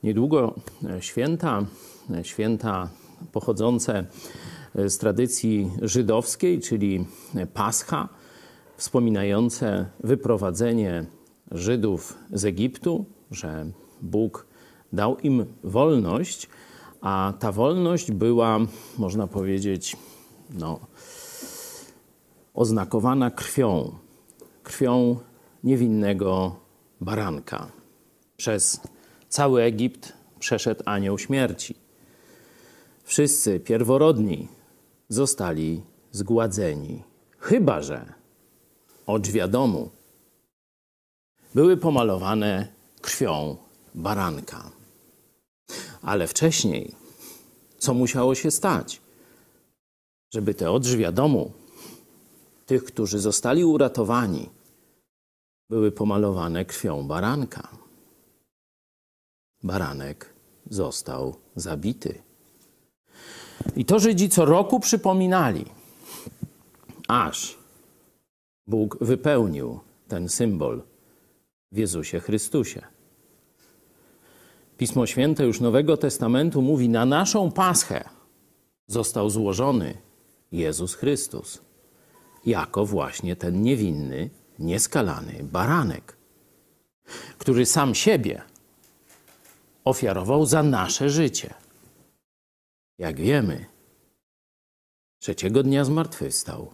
Niedługo święta pochodzące z tradycji żydowskiej, czyli Pascha, wspominające wyprowadzenie Żydów z Egiptu, że Bóg dał im wolność, a ta wolność była, można powiedzieć, oznakowana krwią niewinnego baranka. Przez cały Egipt przeszedł anioł śmierci. Wszyscy pierworodni zostali zgładzeni, chyba że drzwi domu były pomalowane krwią baranka. Ale wcześniej, co musiało się stać, żeby te odrzwia domu tych, którzy zostali uratowani, były pomalowane krwią baranka. Baranek został zabity. I to Żydzi co roku przypominali, aż Bóg wypełnił ten symbol w Jezusie Chrystusie. Pismo Święte już Nowego Testamentu mówi, na naszą Paschę został złożony Jezus Chrystus, jako właśnie ten niewinny, nieskalany baranek, który sam siebie ofiarował za nasze życie. Jak wiemy, trzeciego dnia zmartwychwstał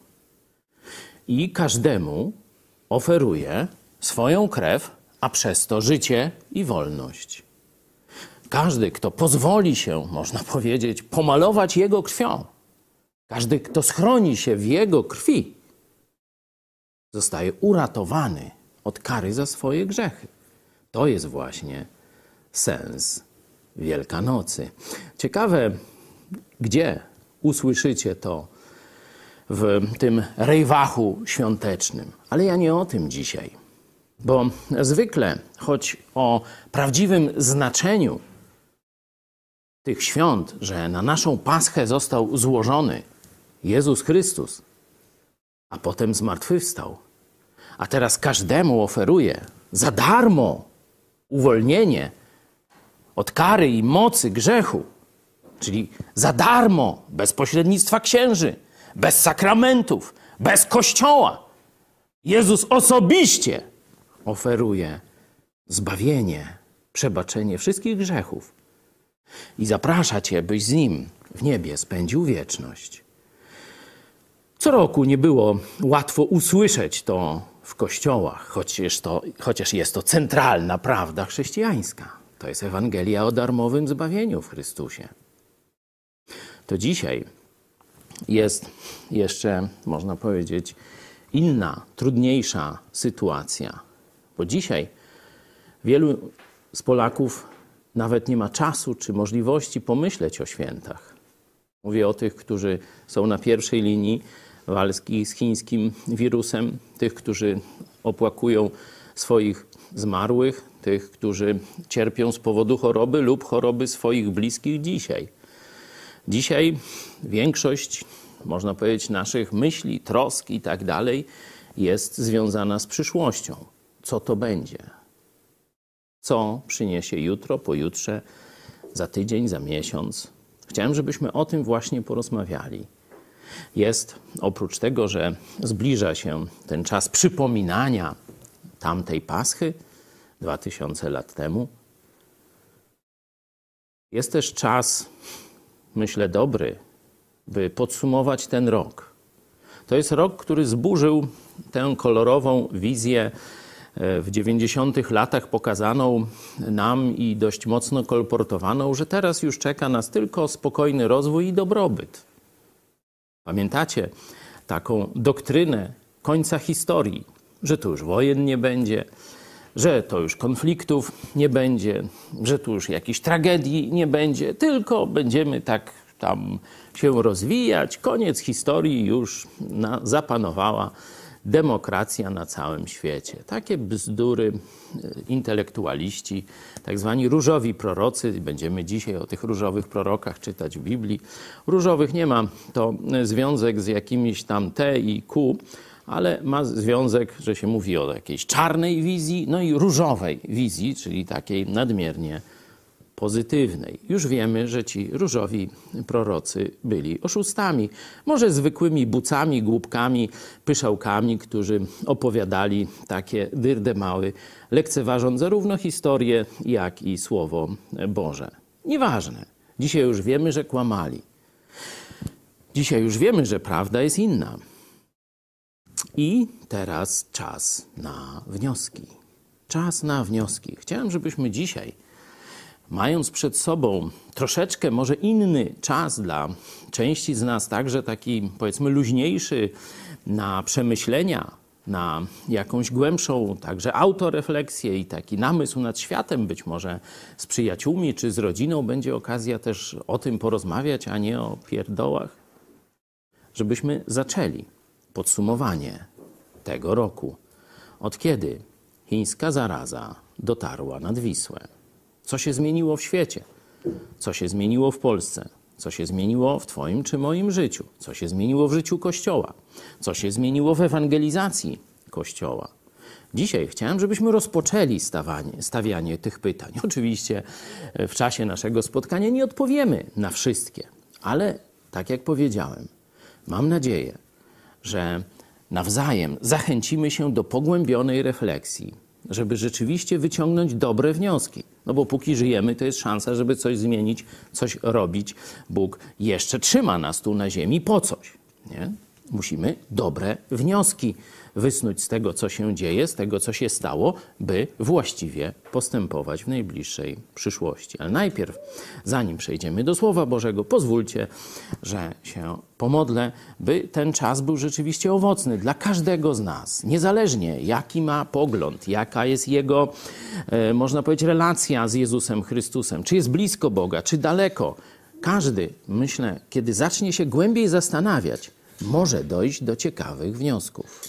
i każdemu oferuje swoją krew, a przez to życie i wolność. Każdy, kto pozwoli się, można powiedzieć, pomalować Jego krwią, każdy, kto schroni się w Jego krwi, zostaje uratowany od kary za swoje grzechy. To jest właśnie sens Wielkanocy. Ciekawe, gdzie usłyszycie to w tym rejwachu świątecznym. Ale ja nie o tym dzisiaj. Bo zwykle, choć o prawdziwym znaczeniu tych świąt, że na naszą Paschę został złożony Jezus Chrystus, a potem zmartwychwstał, a teraz każdemu oferuje za darmo uwolnienie od kary i mocy grzechu, czyli za darmo, bez pośrednictwa księży, bez sakramentów, bez Kościoła. Jezus osobiście oferuje zbawienie, przebaczenie wszystkich grzechów i zaprasza Cię, byś z Nim w niebie spędził wieczność. Co roku nie było łatwo usłyszeć to w kościołach, chociaż jest to centralna prawda chrześcijańska. To jest Ewangelia o darmowym zbawieniu w Chrystusie. To dzisiaj jest jeszcze, można powiedzieć, inna, trudniejsza sytuacja. Bo dzisiaj wielu z Polaków nawet nie ma czasu czy możliwości pomyśleć o świętach. Mówię o tych, którzy są na pierwszej linii walki z chińskim wirusem, tych, którzy opłakują swoich zmarłych, tych, którzy cierpią z powodu choroby lub choroby swoich bliskich dzisiaj. Dzisiaj większość, można powiedzieć, naszych myśli, trosk i tak dalej jest związana z przyszłością. Co to będzie? Co przyniesie jutro, pojutrze, za tydzień, za miesiąc? Chciałem, żebyśmy o tym właśnie porozmawiali. Jest, oprócz tego, że zbliża się ten czas przypominania tamtej Paschy 2000 lat temu, jest też czas, myślę, dobry, by podsumować ten rok. To jest rok, który zburzył tę kolorową wizję w 90. latach pokazaną nam i dość mocno kolportowaną, że teraz już czeka nas tylko spokojny rozwój i dobrobyt. Pamiętacie taką doktrynę końca historii, że tu już wojen nie będzie, że to już konfliktów nie będzie, że tu już jakichś tragedii nie będzie, tylko będziemy tak tam się rozwijać. Koniec historii, już zapanowała demokracja na całym świecie. Takie bzdury intelektualiści, tak zwani różowi prorocy, będziemy dzisiaj o tych różowych prorokach czytać w Biblii. Różowych nie ma to związek z jakimiś tam T i Q, ale ma związek, że się mówi o jakiejś czarnej wizji, no i różowej wizji, czyli takiej nadmiernie pozytywnej. Już wiemy, że ci różowi prorocy byli oszustami, może zwykłymi bucami, głupkami, pyszałkami, którzy opowiadali takie dyrdemały, lekceważąc zarówno historię, jak i Słowo Boże. Nieważne. Dzisiaj już wiemy, że kłamali. Dzisiaj już wiemy, że prawda jest inna. I teraz czas na wnioski. Czas na wnioski. Chciałem, żebyśmy dzisiaj, mając przed sobą troszeczkę może inny czas dla części z nas, także taki powiedzmy luźniejszy na przemyślenia, na jakąś głębszą także autorefleksję i taki namysł nad światem, być może z przyjaciółmi czy z rodziną będzie okazja też o tym porozmawiać, a nie o pierdołach. Żebyśmy zaczęli podsumowanie tego roku. Od kiedy chińska zaraza dotarła nad Wisłę? Co się zmieniło w świecie? Co się zmieniło w Polsce? Co się zmieniło w twoim czy moim życiu? Co się zmieniło w życiu Kościoła? Co się zmieniło w ewangelizacji Kościoła? Dzisiaj chciałem, żebyśmy rozpoczęli stawianie tych pytań. Oczywiście w czasie naszego spotkania nie odpowiemy na wszystkie, ale tak jak powiedziałem, mam nadzieję, że nawzajem zachęcimy się do pogłębionej refleksji, żeby rzeczywiście wyciągnąć dobre wnioski. No bo póki żyjemy, to jest szansa, żeby coś zmienić, coś robić. Bóg jeszcze trzyma nas tu na ziemi po coś. Nie? Musimy dobre wnioski wysnuć z tego, co się dzieje, z tego, co się stało, by właściwie postępować w najbliższej przyszłości. Ale najpierw, zanim przejdziemy do Słowa Bożego, pozwólcie, że się pomodlę, by ten czas był rzeczywiście owocny dla każdego z nas. Niezależnie jaki ma pogląd, jaka jest jego, można powiedzieć, relacja z Jezusem Chrystusem, czy jest blisko Boga, czy daleko. Każdy, myślę, kiedy zacznie się głębiej zastanawiać, może dojść do ciekawych wniosków.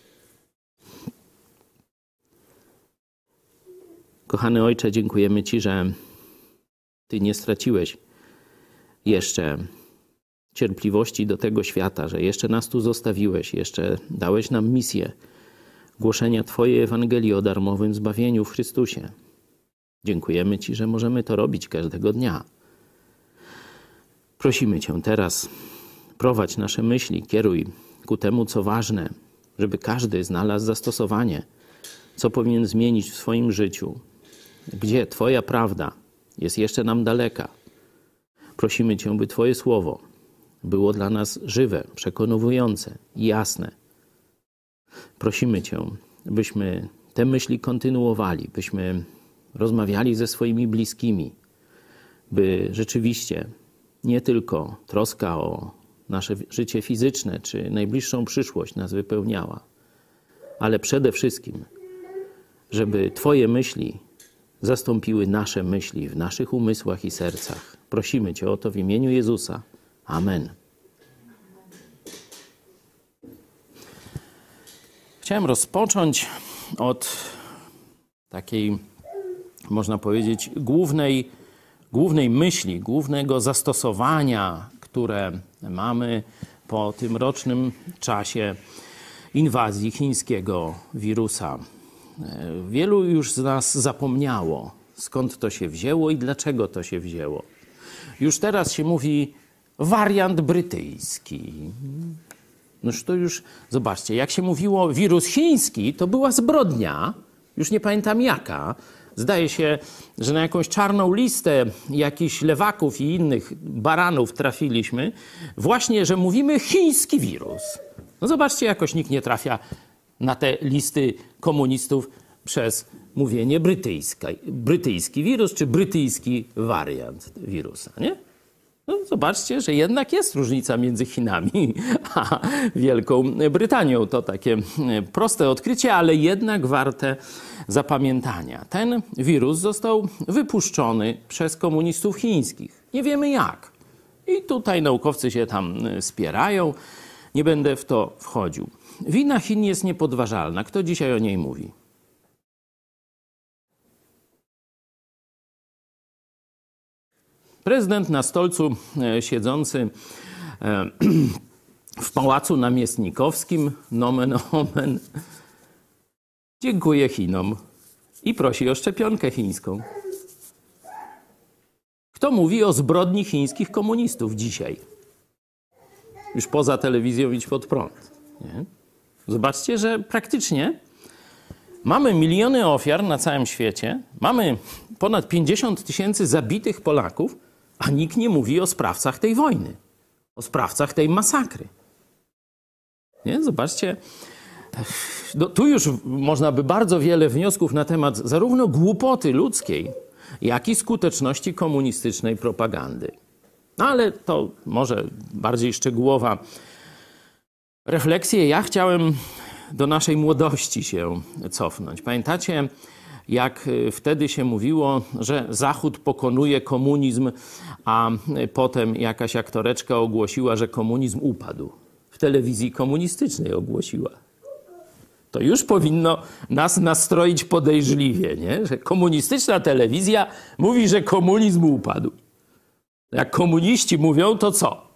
Kochany Ojcze, dziękujemy Ci, że Ty nie straciłeś jeszcze cierpliwości do tego świata, że jeszcze nas tu zostawiłeś, jeszcze dałeś nam misję głoszenia Twojej Ewangelii o darmowym zbawieniu w Chrystusie. Dziękujemy Ci, że możemy to robić każdego dnia. Prosimy Cię teraz, prowadź nasze myśli, kieruj ku temu, co ważne, żeby każdy znalazł zastosowanie, co powinien zmienić w swoim życiu, gdzie Twoja prawda jest jeszcze nam daleka. Prosimy Cię, by Twoje słowo było dla nas żywe, przekonujące i jasne. Prosimy Cię, byśmy te myśli kontynuowali, byśmy rozmawiali ze swoimi bliskimi, by rzeczywiście nie tylko troska o nasze życie fizyczne czy najbliższą przyszłość nas wypełniała, ale przede wszystkim, żeby Twoje myśli zastąpiły nasze myśli w naszych umysłach i sercach. Prosimy Cię o to w imieniu Jezusa. Amen. Chciałem rozpocząć od takiej, można powiedzieć, głównej myśli, głównego zastosowania, które mamy po tym rocznym czasie inwazji chińskiego wirusa. Wielu już z nas zapomniało, skąd to się wzięło i dlaczego to się wzięło. Już teraz się mówi wariant brytyjski. Noż to już, zobaczcie, jak się mówiło wirus chiński, to była zbrodnia, już nie pamiętam jaka. Zdaje się, że na jakąś czarną listę jakichś lewaków i innych baranów trafiliśmy, właśnie, że mówimy chiński wirus. No zobaczcie, jakoś nikt nie trafia na te listy komunistów przez mówienie brytyjski wirus czy brytyjski wariant wirusa, nie? No zobaczcie, że jednak jest różnica między Chinami a Wielką Brytanią. To takie proste odkrycie, ale jednak warte zapamiętania. Ten wirus został wypuszczony przez komunistów chińskich. Nie wiemy jak. I tutaj naukowcy się tam spierają. Nie będę w to wchodził. Wina Chin jest niepodważalna. Kto dzisiaj o niej mówi? Prezydent na stolcu siedzący w Pałacu Namiestnikowskim, nomen omen, dziękuję Chinom i prosi o szczepionkę chińską. Kto mówi o zbrodni chińskich komunistów dzisiaj? Już poza telewizją Idź Pod Prąd. Nie? Zobaczcie, że praktycznie mamy miliony ofiar na całym świecie, mamy ponad 50 000 zabitych Polaków, a nikt nie mówi o sprawcach tej wojny, o sprawcach tej masakry. Nie? Zobaczcie, no, tu już można by bardzo wiele wniosków na temat zarówno głupoty ludzkiej, jak i skuteczności komunistycznej propagandy. No ale to może bardziej szczegółowa refleksja. Ja chciałem do naszej młodości się cofnąć. Pamiętacie, jak wtedy się mówiło, że Zachód pokonuje komunizm, a potem jakaś aktoreczka ogłosiła, że komunizm upadł. W telewizji komunistycznej ogłosiła. To już powinno nas nastroić podejrzliwie, nie? Że komunistyczna telewizja mówi, że komunizm upadł. Jak komuniści mówią, to co?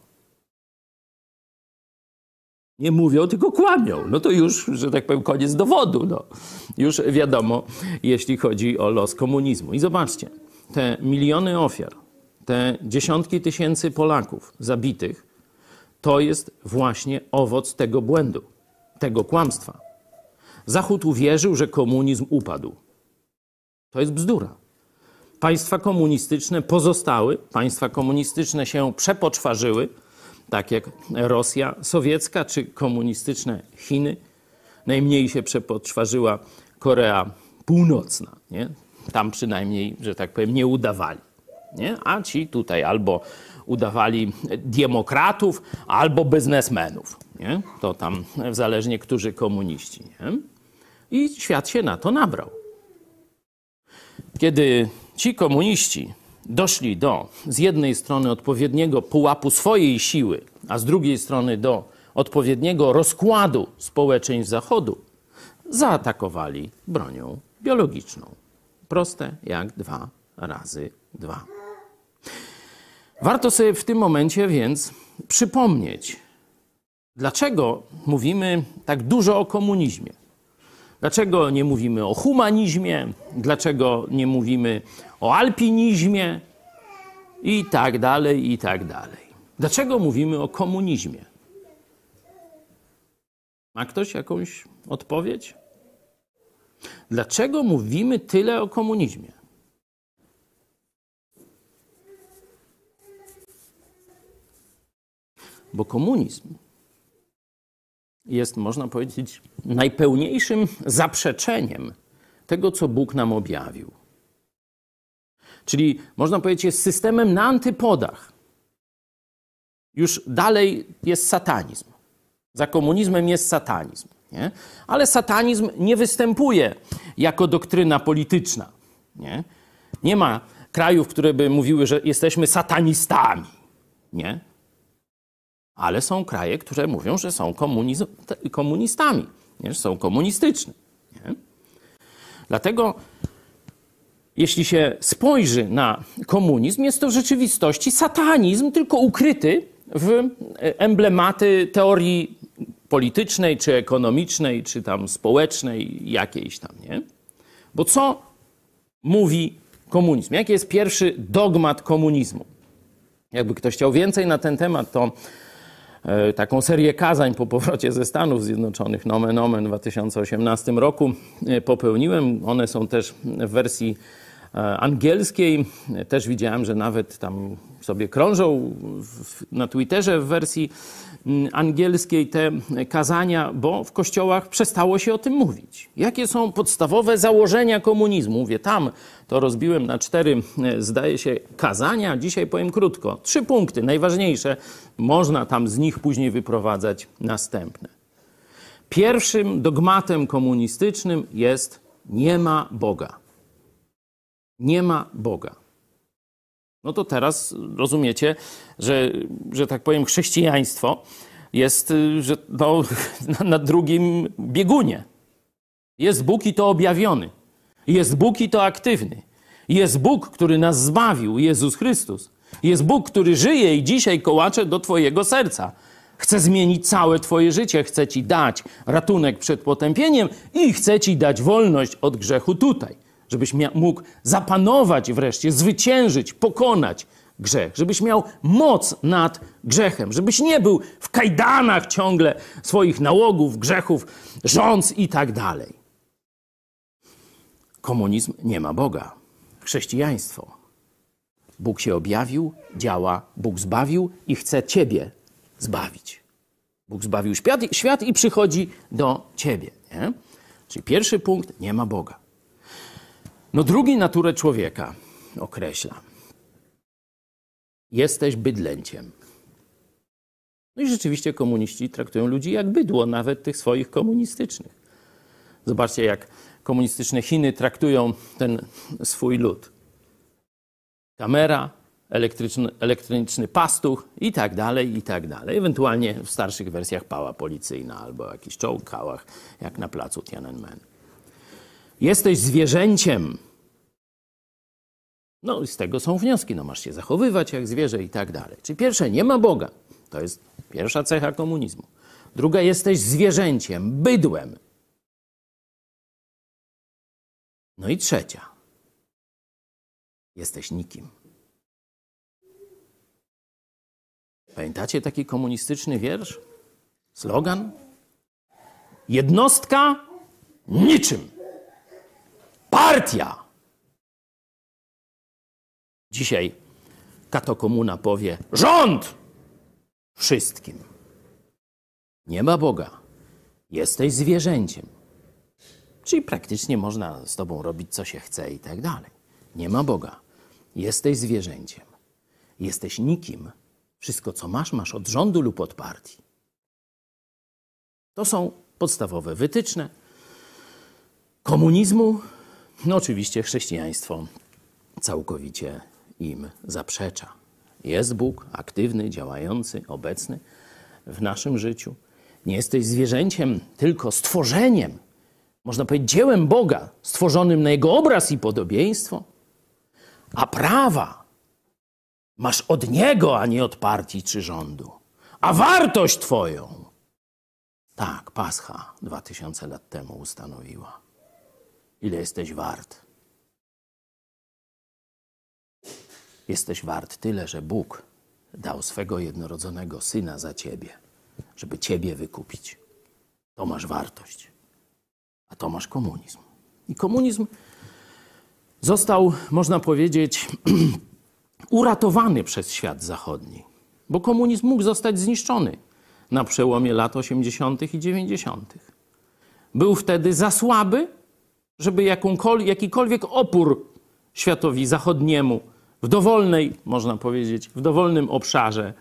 Nie mówią, tylko kłamią. No to już, że tak powiem, koniec dowodu. No. Już wiadomo, jeśli chodzi o los komunizmu. I zobaczcie, te miliony ofiar, te dziesiątki tysięcy Polaków zabitych, to jest właśnie owoc tego błędu, tego kłamstwa. Zachód uwierzył, że komunizm upadł. To jest bzdura. Państwa komunistyczne pozostały, państwa komunistyczne się przepoczwarzyły, tak jak Rosja sowiecka czy komunistyczne Chiny. Najmniej się przepoczwarzyła Korea Północna. Nie? Tam przynajmniej, że tak powiem, nie udawali. Nie? A ci tutaj albo udawali demokratów, albo biznesmenów. Nie? To tam zależnie, którzy komuniści. Nie? I świat się na to nabrał. Kiedy ci komuniści doszli do z jednej strony odpowiedniego pułapu swojej siły, a z drugiej strony do odpowiedniego rozkładu społeczeństw Zachodu, zaatakowali bronią biologiczną. Proste jak 2 razy 2. Warto sobie w tym momencie więc przypomnieć, dlaczego mówimy tak dużo o komunizmie. Dlaczego nie mówimy o humanizmie, dlaczego nie mówimy o alpinizmie i tak dalej, i tak dalej. Dlaczego mówimy o komunizmie? Ma ktoś jakąś odpowiedź? Dlaczego mówimy tyle o komunizmie? Bo komunizm jest, można powiedzieć, najpełniejszym zaprzeczeniem tego, co Bóg nam objawił. Czyli, można powiedzieć, jest systemem na antypodach. Już dalej jest satanizm. Za komunizmem jest satanizm. Nie? Ale satanizm nie występuje jako doktryna polityczna. Nie ma krajów, które by mówiły, że jesteśmy satanistami. Nie? Ale są kraje, które mówią, że są komunistami, nie? Że są komunistyczne. Nie? Dlatego, jeśli się spojrzy na komunizm, jest to w rzeczywistości satanizm, tylko ukryty w emblematy teorii politycznej, czy ekonomicznej, czy tam społecznej, jakiejś tam, nie? Bo co mówi komunizm? Jaki jest pierwszy dogmat komunizmu? Jakby ktoś chciał więcej na ten temat, to taką serię kazań po powrocie ze Stanów Zjednoczonych, nomen omen, w 2018 roku popełniłem. One są też w wersji angielskiej. Też widziałem, że nawet tam sobie krążą na Twitterze w wersji angielskiej te kazania, bo w kościołach przestało się o tym mówić. Jakie są podstawowe założenia komunizmu? Mówię, tam to rozbiłem na 4, zdaje się, kazania. Dzisiaj powiem krótko. 3 punkty, najważniejsze. Można tam z nich później wyprowadzać następne. Pierwszym dogmatem komunistycznym jest: nie ma Boga. Nie ma Boga. No to teraz rozumiecie, że tak powiem, chrześcijaństwo jest na drugim biegunie. Jest Bóg i to objawiony. Jest Bóg i to aktywny. Jest Bóg, który nas zbawił, Jezus Chrystus. Jest Bóg, który żyje i dzisiaj kołacze do twojego serca. Chce zmienić całe twoje życie, chce ci dać ratunek przed potępieniem i chce ci dać wolność od grzechu tutaj. żebyś mógł zapanować wreszcie, zwyciężyć, pokonać grzech, żebyś miał moc nad grzechem, żebyś nie był w kajdanach ciągle swoich nałogów, grzechów, rządz i tak dalej. Komunizm nie ma Boga. Chrześcijaństwo. Bóg się objawił, działa, Bóg zbawił i chce ciebie zbawić. Bóg zbawił świat i przychodzi do ciebie. Nie? Czyli pierwszy punkt, nie ma Boga. No drugi naturę człowieka określa. Jesteś bydlęciem. No i rzeczywiście komuniści traktują ludzi jak bydło, nawet tych swoich komunistycznych. Zobaczcie, jak komunistyczne Chiny traktują ten swój lud. Kamera, elektroniczny pastuch i tak dalej, i tak dalej. Ewentualnie w starszych wersjach pała policyjna albo jakiś czołg, kałach, jak na placu Tiananmen. Jesteś zwierzęciem. No i z tego są wnioski. No masz się zachowywać jak zwierzę i tak dalej. Czyli pierwsze, nie ma Boga. To jest pierwsza cecha komunizmu. Druga, jesteś zwierzęciem, bydłem. No i trzecia. Jesteś nikim. Pamiętacie taki komunistyczny wiersz? Slogan? Jednostka niczym. Partia. Dzisiaj katokomuna powie rząd wszystkim. Nie ma Boga. Jesteś zwierzęciem. Czyli praktycznie można z tobą robić, co się chce i tak dalej. Nie ma Boga. Jesteś zwierzęciem. Jesteś nikim. Wszystko, co masz, masz od rządu lub od partii. To są podstawowe wytyczne komunizmu. No oczywiście chrześcijaństwo całkowicie im zaprzecza. Jest Bóg aktywny, działający, obecny w naszym życiu. Nie jesteś zwierzęciem, tylko stworzeniem. Można powiedzieć dziełem Boga, stworzonym na Jego obraz i podobieństwo. A prawa masz od Niego, a nie od partii czy rządu. A wartość twoją, tak, Pascha 2000 lat temu ustanowiła. Ile jesteś wart? Jesteś wart tyle, że Bóg dał swego jednorodzonego Syna za ciebie, żeby ciebie wykupić. To masz wartość. A to masz komunizm. I komunizm został, można powiedzieć, uratowany przez świat zachodni. Bo komunizm mógł zostać zniszczony na przełomie lat 80. i 90. Był wtedy za słaby, żeby jakikolwiek opór światowi zachodniemu w dowolnej, można powiedzieć, w dowolnym obszarze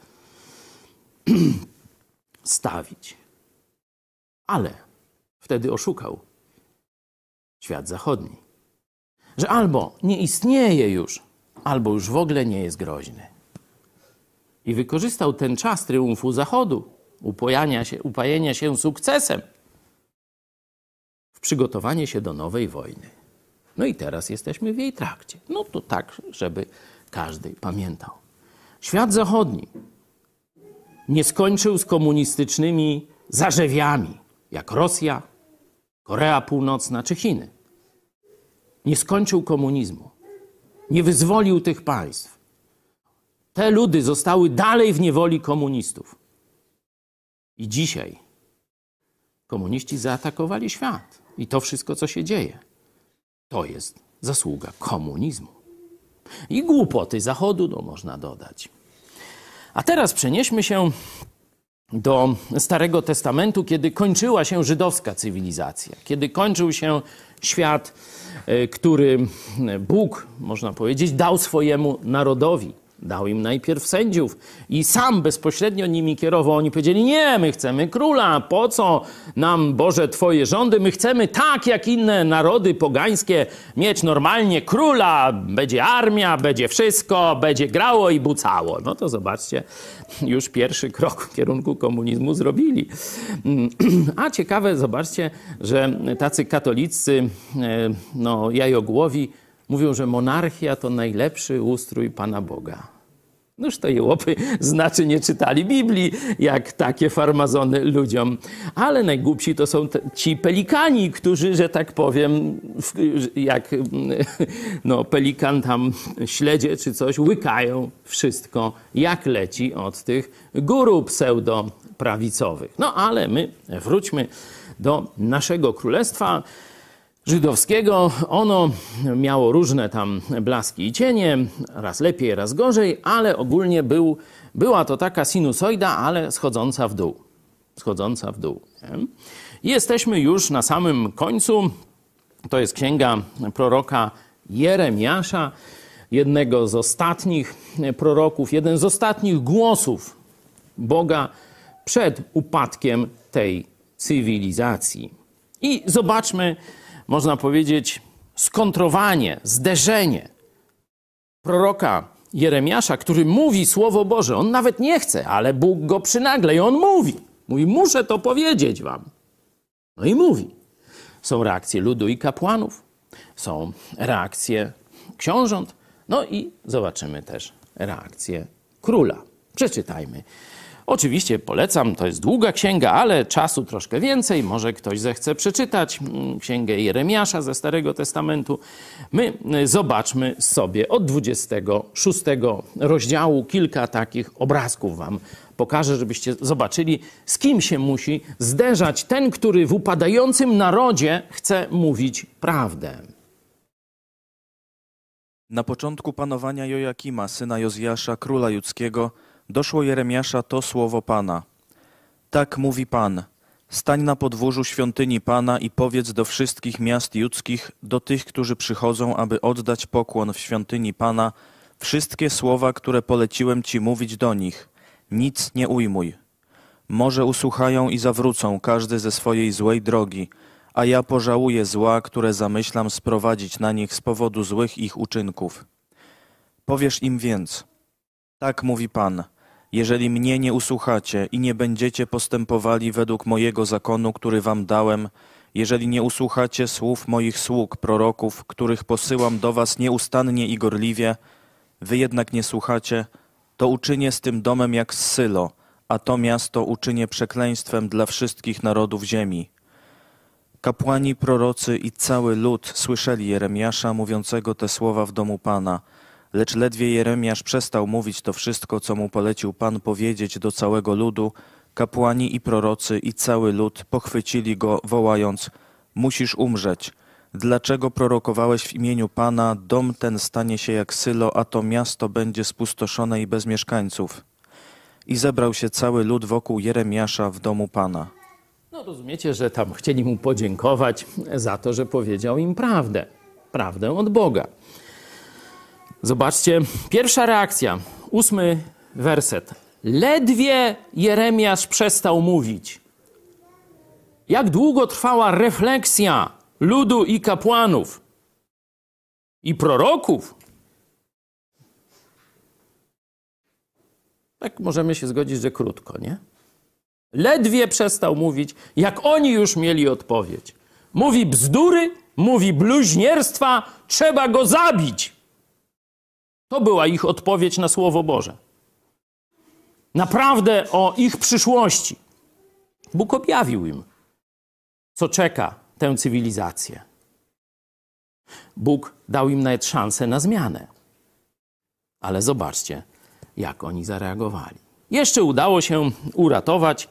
stawić. Ale wtedy oszukał świat zachodni, że albo nie istnieje już, albo już w ogóle nie jest groźny. I wykorzystał ten czas triumfu Zachodu, upajania się sukcesem w przygotowanie się do nowej wojny. No i teraz jesteśmy w jej trakcie. No to tak, żeby każdy pamiętał. Świat zachodni nie skończył z komunistycznymi zarzewiami, jak Rosja, Korea Północna czy Chiny. Nie skończył komunizmu. Nie wyzwolił tych państw. Te ludy zostały dalej w niewoli komunistów. I dzisiaj komuniści zaatakowali świat. I to wszystko, co się dzieje, to jest zasługa komunizmu. I głupoty Zachodu, no można dodać. A teraz przenieśmy się do Starego Testamentu, kiedy kończyła się żydowska cywilizacja. Kiedy kończył się świat, który Bóg, można powiedzieć, dał swojemu narodowi. Dał im najpierw sędziów i sam bezpośrednio nimi kierował. Oni powiedzieli, nie, my chcemy króla, po co nam, Boże, Twoje rządy? My chcemy tak jak inne narody pogańskie mieć normalnie króla, będzie armia, będzie wszystko, będzie grało i bucało. No to zobaczcie, już pierwszy krok w kierunku komunizmu zrobili. A ciekawe, zobaczcie, że tacy katolicy, jajogłowi, mówią, że monarchia to najlepszy ustrój Pana Boga. Noż to jełopy znaczy nie czytali Biblii, jak takie farmazony ludziom. Ale najgłupsi to są ci pelikani, którzy, że tak powiem, jak no, pelikan tam śledzie czy coś, łykają wszystko, jak leci od tych guru pseudoprawicowych. No ale my wróćmy do naszego królestwa żydowskiego. Ono miało różne tam blaski i cienie, raz lepiej, raz gorzej, ale ogólnie była to taka sinusoida, ale schodząca w dół. Schodząca w dół. Nie? I jesteśmy już na samym końcu. To jest księga proroka Jeremiasza, jednego z ostatnich proroków, jeden z ostatnich głosów Boga przed upadkiem tej cywilizacji. I zobaczmy, można powiedzieć, skontrowanie, zderzenie proroka Jeremiasza, który mówi Słowo Boże. On nawet nie chce, ale Bóg go przynagla i on mówi. Mówi, muszę to powiedzieć wam. No i mówi. Są reakcje ludu i kapłanów, są reakcje książąt, no i zobaczymy też reakcję króla. Przeczytajmy. Oczywiście polecam, to jest długa księga, ale czasu troszkę więcej. Może ktoś zechce przeczytać księgę Jeremiasza ze Starego Testamentu. My zobaczmy sobie od 26 rozdziału kilka takich obrazków wam pokażę, żebyście zobaczyli, z kim się musi zderzać ten, który w upadającym narodzie chce mówić prawdę. Na początku panowania Jojakima, syna Jozjasza, króla judzkiego, doszło Jeremiasza to słowo Pana. Tak mówi Pan, stań na podwórzu świątyni Pana i powiedz do wszystkich miast judzkich, do tych, którzy przychodzą, aby oddać pokłon w świątyni Pana, wszystkie słowa, które poleciłem Ci mówić do nich. Nic nie ujmuj. Może usłuchają i zawrócą każdy ze swojej złej drogi, a ja pożałuję zła, które zamyślam sprowadzić na nich z powodu złych ich uczynków. Powiesz im więc, tak mówi Pan, jeżeli mnie nie usłuchacie i nie będziecie postępowali według mojego zakonu, który wam dałem, jeżeli nie usłuchacie słów moich sług, proroków, których posyłam do was nieustannie i gorliwie, wy jednak nie słuchacie, to uczynię z tym domem jak z Sylo, a to miasto uczynię przekleństwem dla wszystkich narodów ziemi. Kapłani, prorocy i cały lud słyszeli Jeremiasza mówiącego te słowa w domu Pana, lecz ledwie Jeremiasz przestał mówić to wszystko, co mu polecił Pan powiedzieć do całego ludu, kapłani i prorocy i cały lud pochwycili go, wołając, musisz umrzeć. Dlaczego prorokowałeś w imieniu Pana, dom ten stanie się jak Sylo, a to miasto będzie spustoszone i bez mieszkańców? I zebrał się cały lud wokół Jeremiasza w domu Pana. No rozumiecie, że tam chcieli mu podziękować za to, że powiedział im prawdę. Prawdę od Boga. Zobaczcie, pierwsza reakcja, 8 werset. Ledwie Jeremiasz przestał mówić. Jak długo trwała refleksja ludu i kapłanów i proroków? Tak możemy się zgodzić, że krótko, nie? Ledwie przestał mówić, jak oni już mieli odpowiedź. Mówi bzdury, mówi bluźnierstwa, trzeba go zabić. To była ich odpowiedź na Słowo Boże. Naprawdę o ich przyszłości. Bóg objawił im, co czeka tę cywilizację. Bóg dał im nawet szansę na zmianę. Ale zobaczcie, jak oni zareagowali. Jeszcze udało się uratować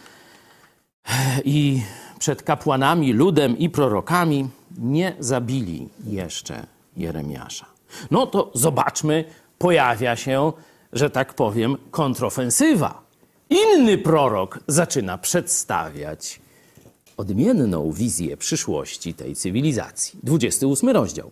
i przed kapłanami, ludem i prorokami nie zabili jeszcze Jeremiasza. No to zobaczmy, pojawia się, że tak powiem, kontrofensywa. Inny prorok zaczyna przedstawiać odmienną wizję przyszłości tej cywilizacji. 28 rozdział.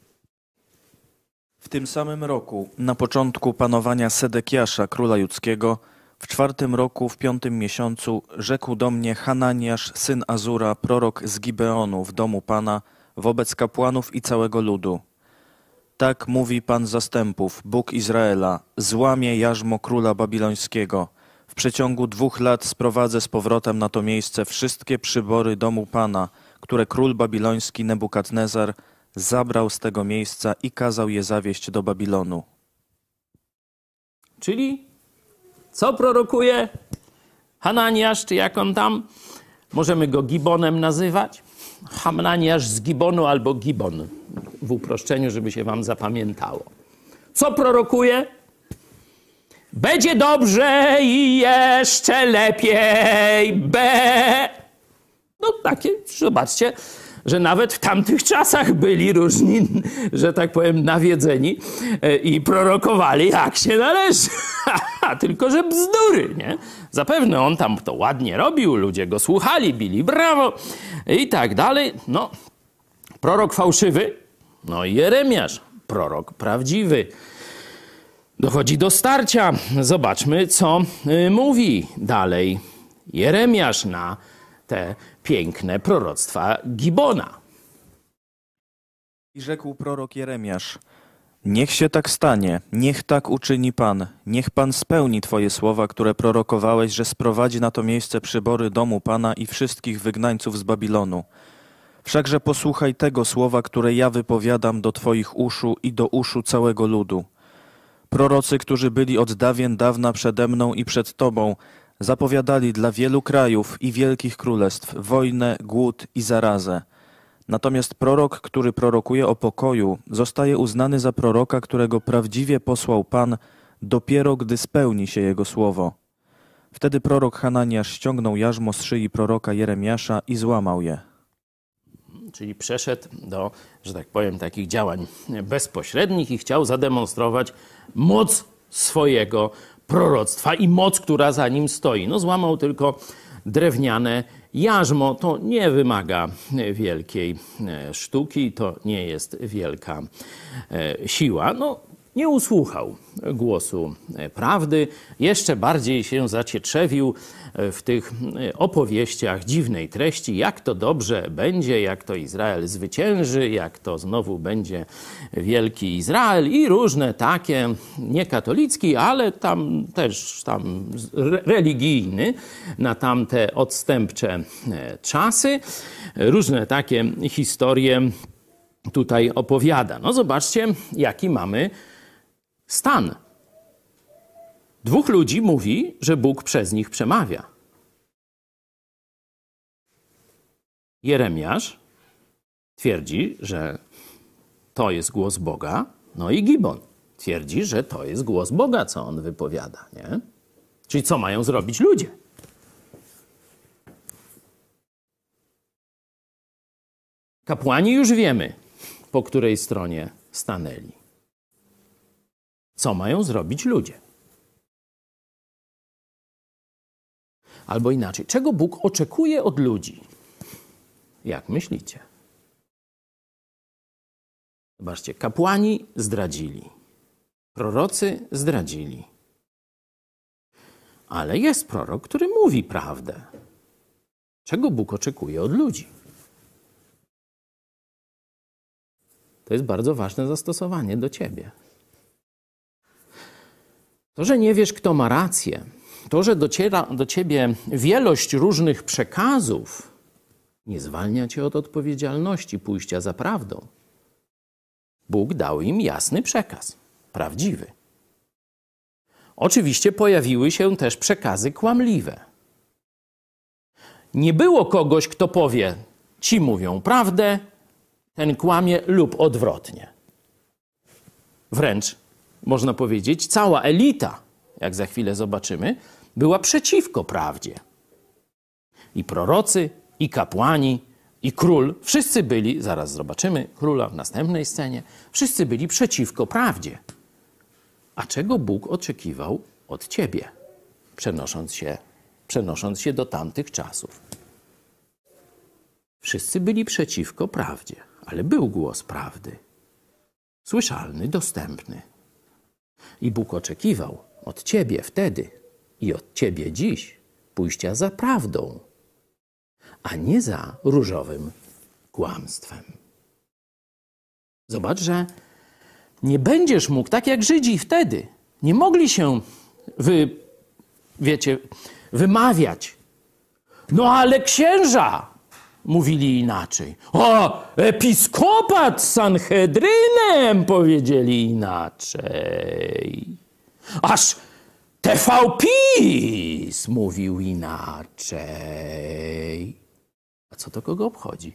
W tym samym roku, na początku panowania Sedekiasza, króla judzkiego, w 4. roku, w 5. miesiącu, rzekł do mnie Hananiasz, syn Azura, prorok z Gibeonu w domu Pana, wobec kapłanów i całego ludu. Tak mówi Pan zastępów, Bóg Izraela, złamie jarzmo króla babilońskiego. W przeciągu 2 lat sprowadzę z powrotem na to miejsce wszystkie przybory domu Pana, które król babiloński Nebukadnezar zabrał z tego miejsca i kazał je zawieźć do Babilonu. Czyli co prorokuje Hananiasz, czy jak on tam? Możemy go Gibonem nazywać. Hananiasz z Gibonu albo Gibon w uproszczeniu, żeby się wam zapamiętało. Co prorokuje? Będzie dobrze i jeszcze lepiej. No takie, zobaczcie, że nawet w tamtych czasach byli różni, że tak powiem, nawiedzeni i prorokowali jak się należy. Tylko że bzdury, nie? Zapewne on tam to ładnie robił, ludzie go słuchali, bili brawo i tak dalej. No, prorok fałszywy, no i Jeremiasz, prorok prawdziwy. Dochodzi do starcia. Zobaczmy, co mówi dalej Jeremiasz na te piękne proroctwa Gibona. I rzekł prorok Jeremiasz: niech się tak stanie, niech tak uczyni Pan, niech Pan spełni Twoje słowa, które prorokowałeś, że sprowadzi na to miejsce przybory domu Pana i wszystkich wygnańców z Babilonu. Wszakże posłuchaj tego słowa, które ja wypowiadam do Twoich uszu i do uszu całego ludu. Prorocy, którzy byli od dawien dawna przede mną i przed Tobą, zapowiadali dla wielu krajów i wielkich królestw wojnę, głód i zarazę. Natomiast prorok, który prorokuje o pokoju, zostaje uznany za proroka, którego prawdziwie posłał Pan, dopiero gdy spełni się jego słowo. Wtedy prorok Hananiasz ściągnął jarzmo z szyi proroka Jeremiasza i złamał je. Czyli przeszedł do, że tak powiem, takich działań bezpośrednich i chciał zademonstrować moc swojego proroctwa i moc, która za nim stoi. No złamał tylko drewniane jarzmo. To nie wymaga wielkiej sztuki, to nie jest wielka siła. No, nie usłuchał głosu prawdy, jeszcze bardziej się zacietrzewił w tych opowieściach dziwnej treści, jak to dobrze będzie, jak to Izrael zwycięży, jak to znowu będzie wielki Izrael i różne takie, nie katolicki, ale tam też religijny, na tamte odstępcze czasy, różne takie historie tutaj opowiada. No zobaczcie, jaki mamy stan. Dwóch ludzi mówi, że Bóg przez nich przemawia. Jeremiasz twierdzi, że to jest głos Boga, no i Gibon twierdzi, że to jest głos Boga, co on wypowiada, nie? Czyli co mają zrobić ludzie? Kapłani już wiemy, po której stronie stanęli. Co mają zrobić ludzie? Albo inaczej, czego Bóg oczekuje od ludzi? Jak myślicie? Zobaczcie, kapłani zdradzili, prorocy zdradzili. Ale jest prorok, który mówi prawdę. Czego Bóg oczekuje od ludzi? To jest bardzo ważne zastosowanie do ciebie. To, że nie wiesz, kto ma rację, to, że dociera do ciebie wielość różnych przekazów, nie zwalnia cię od odpowiedzialności pójścia za prawdą. Bóg dał im jasny przekaz, prawdziwy. Oczywiście pojawiły się też przekazy kłamliwe. Nie było kogoś, kto powie, ci mówią prawdę, ten kłamie lub odwrotnie. Wręcz, można powiedzieć, cała elita, jak za chwilę zobaczymy, była przeciwko prawdzie. I prorocy, i kapłani, i król, wszyscy byli, zaraz zobaczymy króla w następnej scenie, wszyscy byli przeciwko prawdzie. A czego Bóg oczekiwał od ciebie, przenosząc się do tamtych czasów? Wszyscy byli przeciwko prawdzie, ale był głos prawdy. Słyszalny, dostępny. I Bóg oczekiwał od ciebie wtedy i od ciebie dziś pójścia za prawdą, a nie za różowym kłamstwem. Zobacz, że nie będziesz mógł, tak jak Żydzi wtedy, nie mogli się wymawiać. No ale księża mówili inaczej. O, episkopat z Sanhedrynem powiedzieli inaczej. Aż TV PiS mówił inaczej. A co to kogo obchodzi?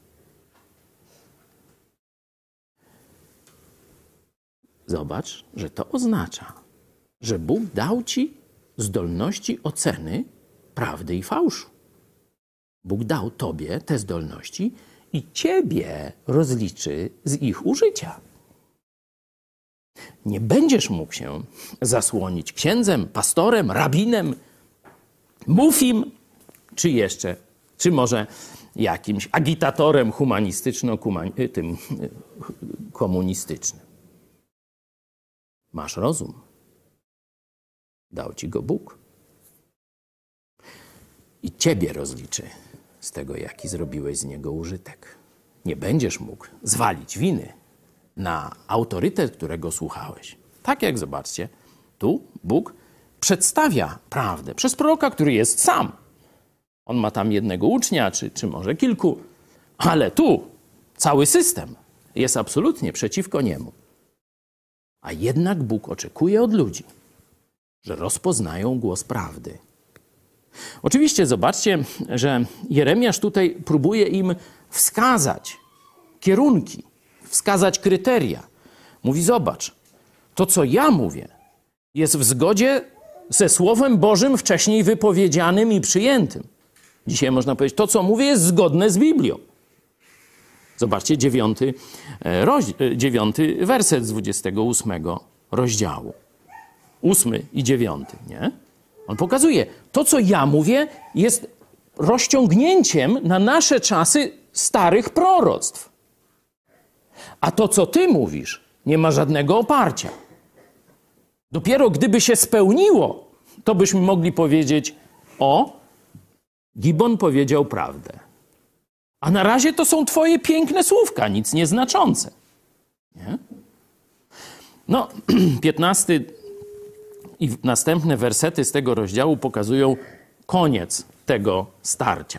Zobacz, że to oznacza, że Bóg dał ci zdolności oceny prawdy i fałszu. Bóg dał tobie te zdolności i ciebie rozliczy z ich użycia. Nie będziesz mógł się zasłonić księdzem, pastorem, rabinem, mufim, czy może jakimś agitatorem komunistycznym. Masz rozum. Dał ci go Bóg. I ciebie rozliczy z tego, jaki zrobiłeś z niego użytek. Nie będziesz mógł zwalić winy na autorytet, którego słuchałeś. Tak jak, zobaczcie, tu Bóg przedstawia prawdę przez proroka, który jest sam. On ma tam jednego ucznia, czy może kilku, ale tu cały system jest absolutnie przeciwko niemu. A jednak Bóg oczekuje od ludzi, że rozpoznają głos prawdy. Oczywiście zobaczcie, że Jeremiasz tutaj próbuje im wskazać kierunki, wskazać kryteria. Mówi, zobacz, to co ja mówię jest w zgodzie ze Słowem Bożym wcześniej wypowiedzianym i przyjętym. Dzisiaj można powiedzieć, to co mówię jest zgodne z Biblią. Zobaczcie 9 werset z 28 rozdziału. 8 i 9, nie? On pokazuje, to co ja mówię jest rozciągnięciem na nasze czasy starych proroctw. A to co ty mówisz nie ma żadnego oparcia. Dopiero gdyby się spełniło, to byśmy mogli powiedzieć, Gibbon powiedział prawdę. A na razie to są twoje piękne słówka, nic nieznaczące. Nie? 15 i następne wersety z tego rozdziału pokazują koniec tego starcia.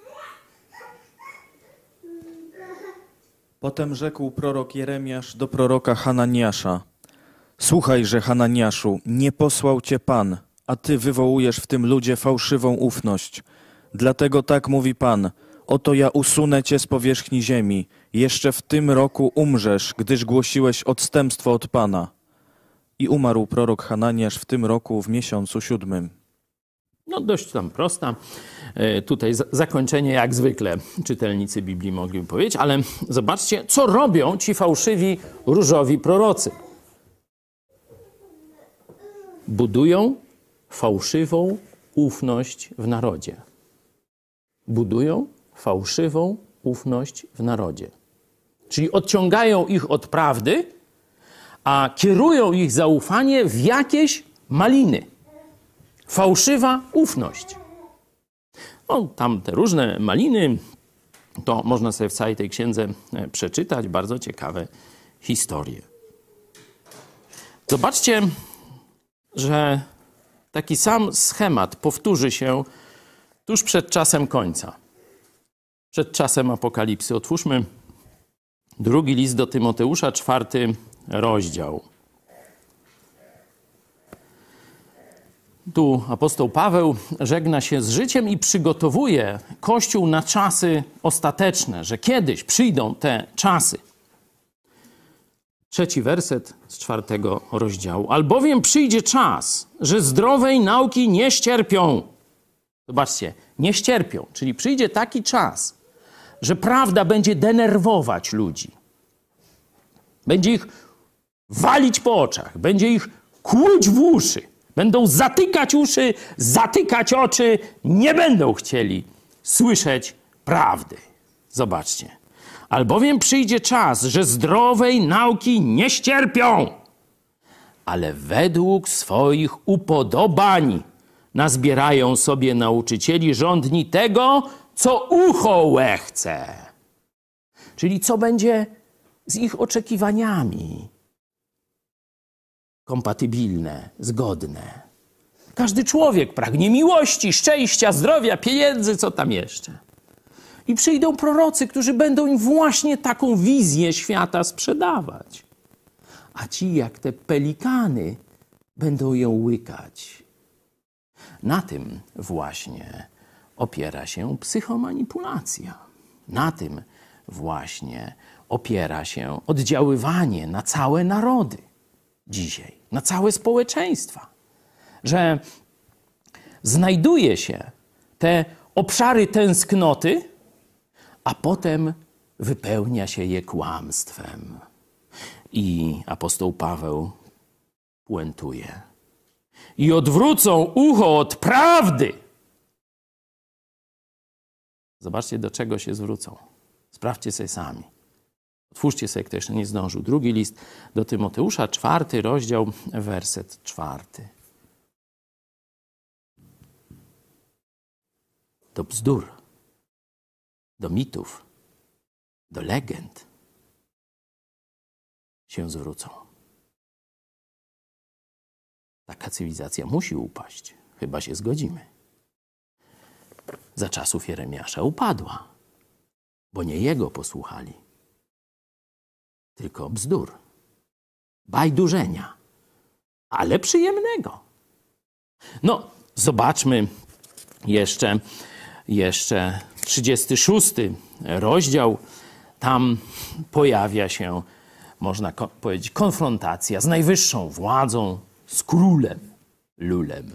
Potem rzekł prorok Jeremiasz do proroka Hananiasza: Słuchajże, Hananiaszu, nie posłał cię Pan, a ty wywołujesz w tym ludzie fałszywą ufność. Dlatego tak mówi Pan: oto ja usunę cię z powierzchni ziemi. Jeszcze w tym roku umrzesz, gdyż głosiłeś odstępstwo od Pana. I umarł prorok Hananiasz w tym roku w miesiącu 7. Dość tam prosta. Tutaj zakończenie jak zwykle czytelnicy Biblii mogliby powiedzieć, ale zobaczcie, co robią ci fałszywi, różowi prorocy. Budują fałszywą ufność w narodzie. Budują fałszywą ufność w narodzie. Czyli odciągają ich od prawdy, a kierują ich zaufanie w jakieś maliny. Fałszywa ufność. Tam te różne maliny, to można sobie w całej tej księdze przeczytać. Bardzo ciekawe historie. Zobaczcie, że taki sam schemat powtórzy się tuż przed czasem końca. Przed czasem apokalipsy. Otwórzmy drugi list do Tymoteusza, 4 rozdział. Tu apostoł Paweł żegna się z życiem i przygotowuje Kościół na czasy ostateczne, że kiedyś przyjdą te czasy. 3 werset z 4 rozdziału. Albowiem przyjdzie czas, że zdrowej nauki nie ścierpią. Zobaczcie, nie ścierpią, czyli przyjdzie taki czas, że prawda będzie denerwować ludzi. Będzie ich walić po oczach, będzie ich kłuć w uszy. Będą zatykać uszy, zatykać oczy, nie będą chcieli słyszeć prawdy. Zobaczcie. Albowiem przyjdzie czas, że zdrowej nauki nie ścierpią, ale według swoich upodobań nazbierają sobie nauczycieli żądni tego, co ucho łechce. Czyli co będzie z ich oczekiwaniami. Kompatybilne, zgodne. Każdy człowiek pragnie miłości, szczęścia, zdrowia, pieniędzy, co tam jeszcze. I przyjdą prorocy, którzy będą im właśnie taką wizję świata sprzedawać. A ci, jak te pelikany, będą ją łykać Na tym właśnie opiera się psychomanipulacja. Na tym właśnie opiera się oddziaływanie na całe narody dzisiaj, na całe społeczeństwa. Że znajduje się te obszary tęsknoty, a potem wypełnia się je kłamstwem. I apostoł Paweł puentuje. I odwrócą ucho od prawdy. Zobaczcie, do czego się zwrócą. Sprawdźcie sobie sami. Otwórzcie sobie, kto jeszcze nie zdążył. Drugi list do Tymoteusza, 4 rozdział, werset 4. Do bzdur, do mitów, do legend się zwrócą. Taka cywilizacja musi upaść, chyba się zgodzimy. Za czasów Jeremiasza upadła, bo nie jego posłuchali, tylko bzdur, bajdurzenia, ale przyjemnego. No, zobaczmy jeszcze 36 rozdział. Tam pojawia się, można powiedzieć, konfrontacja z najwyższą władzą, z królem, lulem.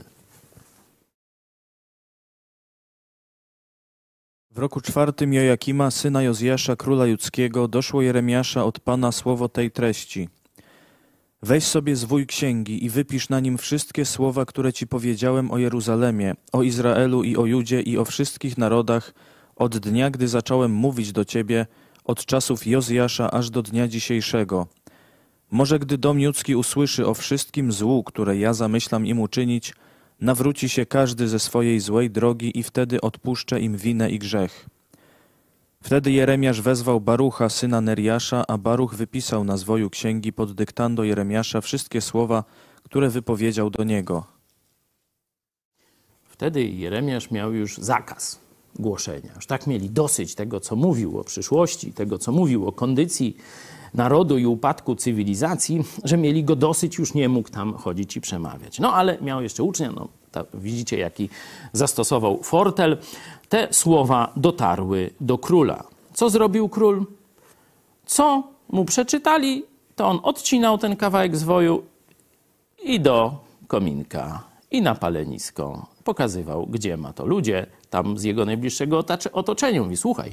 W roku 4 Jojakima, syna Jozjasza, króla judzkiego, doszło Jeremiasza od Pana słowo tej treści. Weź sobie zwój księgi i wypisz na nim wszystkie słowa, które ci powiedziałem o Jeruzalemie, o Izraelu i o Judzie i o wszystkich narodach, od dnia, gdy zacząłem mówić do ciebie, od czasów Jozjasza aż do dnia dzisiejszego. Może gdy dom judzki usłyszy o wszystkim złu, które ja zamyślam im uczynić, nawróci się każdy ze swojej złej drogi i wtedy odpuszczę im winę i grzech. Wtedy Jeremiasz wezwał Barucha, syna Neriasza, a Baruch wypisał na zwoju księgi pod dyktando Jeremiasza wszystkie słowa, które wypowiedział do niego. Wtedy Jeremiasz miał już zakaz głoszenia. Już tak mieli dosyć tego, co mówił o przyszłości, tego, co mówił o kondycji narodu i upadku cywilizacji, że mieli go dosyć, już nie mógł tam chodzić i przemawiać. No ale miał jeszcze ucznia, widzicie, jaki zastosował fortel. Te słowa dotarły do króla. Co zrobił król? Co mu przeczytali, to on odcinał ten kawałek zwoju i do kominka, i na palenisko. Pokazywał, gdzie ma to. Ludzie tam z jego najbliższego otoczenia mówi, słuchaj,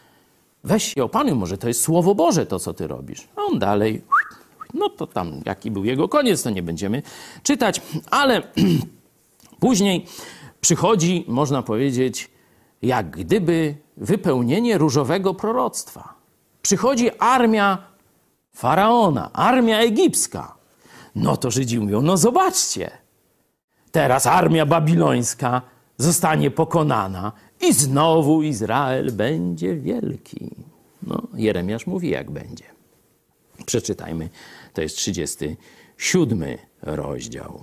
weź się opanuj, może to jest Słowo Boże to, co ty robisz. A on dalej, no to tam jaki był jego koniec, to nie będziemy czytać. Ale później przychodzi, można powiedzieć, jak gdyby wypełnienie różowego proroctwa. Przychodzi armia Faraona, armia egipska. No to Żydzi mówią, no zobaczcie, teraz armia babilońska zostanie pokonana i znowu Izrael będzie wielki. No, Jeremiasz mówi, jak będzie. Przeczytajmy, to jest 37 rozdział.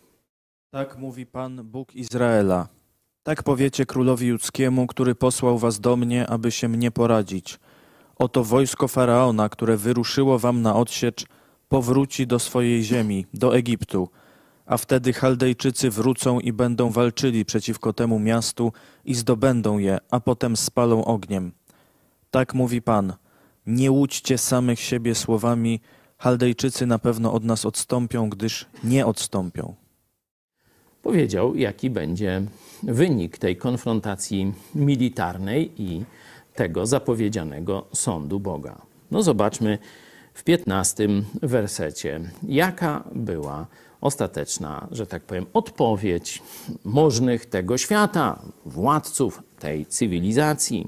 Tak mówi Pan, Bóg Izraela. Tak powiecie królowi judzkiemu, który posłał was do mnie, aby się mnie poradzić. Oto wojsko Faraona, które wyruszyło wam na odsiecz, powróci do swojej ziemi, do Egiptu. A wtedy Chaldejczycy wrócą i będą walczyli przeciwko temu miastu i zdobędą je, a potem spalą ogniem. Tak mówi Pan. Nie łudźcie samych siebie słowami, Chaldejczycy na pewno od nas odstąpią, gdyż nie odstąpią. Powiedział, jaki będzie wynik tej konfrontacji militarnej i tego zapowiedzianego sądu Boga. No zobaczmy w 15 wersecie, jaka była ostateczna, że tak powiem, odpowiedź możnych tego świata, władców tej cywilizacji.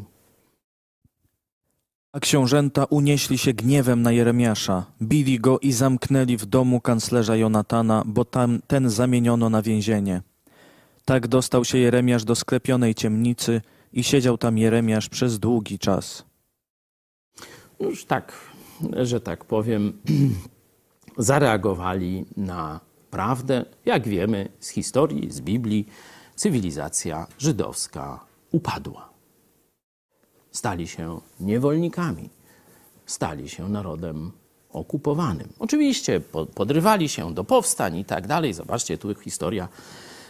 A książęta unieśli się gniewem na Jeremiasza, bili go i zamknęli w domu kanclerza Jonatana, bo tam ten zamieniono na więzienie. Tak dostał się Jeremiasz do sklepionej ciemnicy i siedział tam Jeremiasz przez długi czas. Już tak, że tak powiem, zareagowali na prawdę. Jak wiemy z historii, z Biblii, cywilizacja żydowska upadła. Stali się niewolnikami, stali się narodem okupowanym. Oczywiście podrywali się do powstań i tak dalej. Zobaczcie, tu historia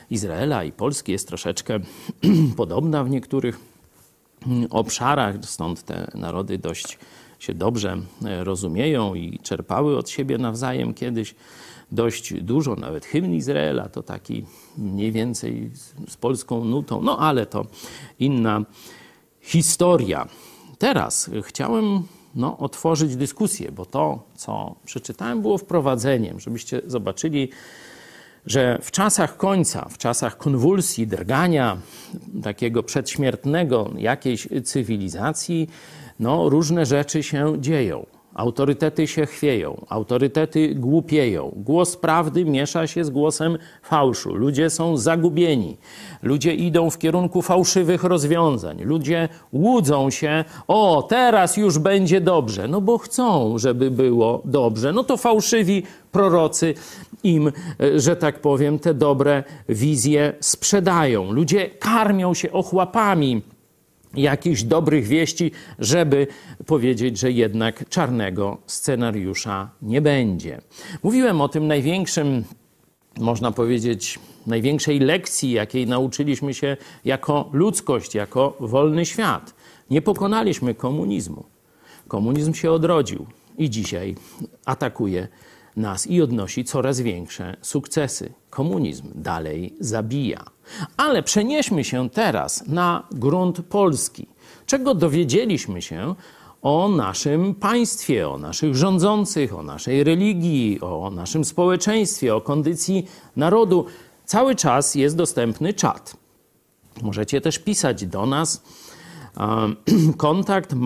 Izraela i Polski jest troszeczkę podobna w niektórych obszarach, stąd te narody dość się dobrze rozumieją i czerpały od siebie nawzajem kiedyś dość dużo, nawet hymn Izraela to taki mniej więcej z polską nutą, no ale to inna historia. Teraz chciałem otworzyć dyskusję, bo to, co przeczytałem, było wprowadzeniem, żebyście zobaczyli, że w czasach końca, w czasach konwulsji, drgania takiego przedśmiertnego jakiejś cywilizacji, różne rzeczy się dzieją. Autorytety się chwieją, autorytety głupieją. Głos prawdy miesza się z głosem fałszu. Ludzie są zagubieni. Ludzie idą w kierunku fałszywych rozwiązań. Ludzie łudzą się, teraz już będzie dobrze. No bo chcą, żeby było dobrze. No to fałszywi prorocy im, że tak powiem, te dobre wizje sprzedają. Ludzie karmią się ochłapami jakichś dobrych wieści, żeby powiedzieć, że jednak czarnego scenariusza nie będzie. Mówiłem o tym największym, można powiedzieć, największej lekcji, jakiej nauczyliśmy się jako ludzkość, jako wolny świat. Nie pokonaliśmy komunizmu. Komunizm się odrodził i dzisiaj atakuje nas i odnosi coraz większe sukcesy. Komunizm dalej zabija. Ale przenieśmy się teraz na grunt polski. Czego dowiedzieliśmy się o naszym państwie, o naszych rządzących, o naszej religii, o naszym społeczeństwie, o kondycji narodu. Cały czas jest dostępny czat. Możecie też pisać do nas kontakt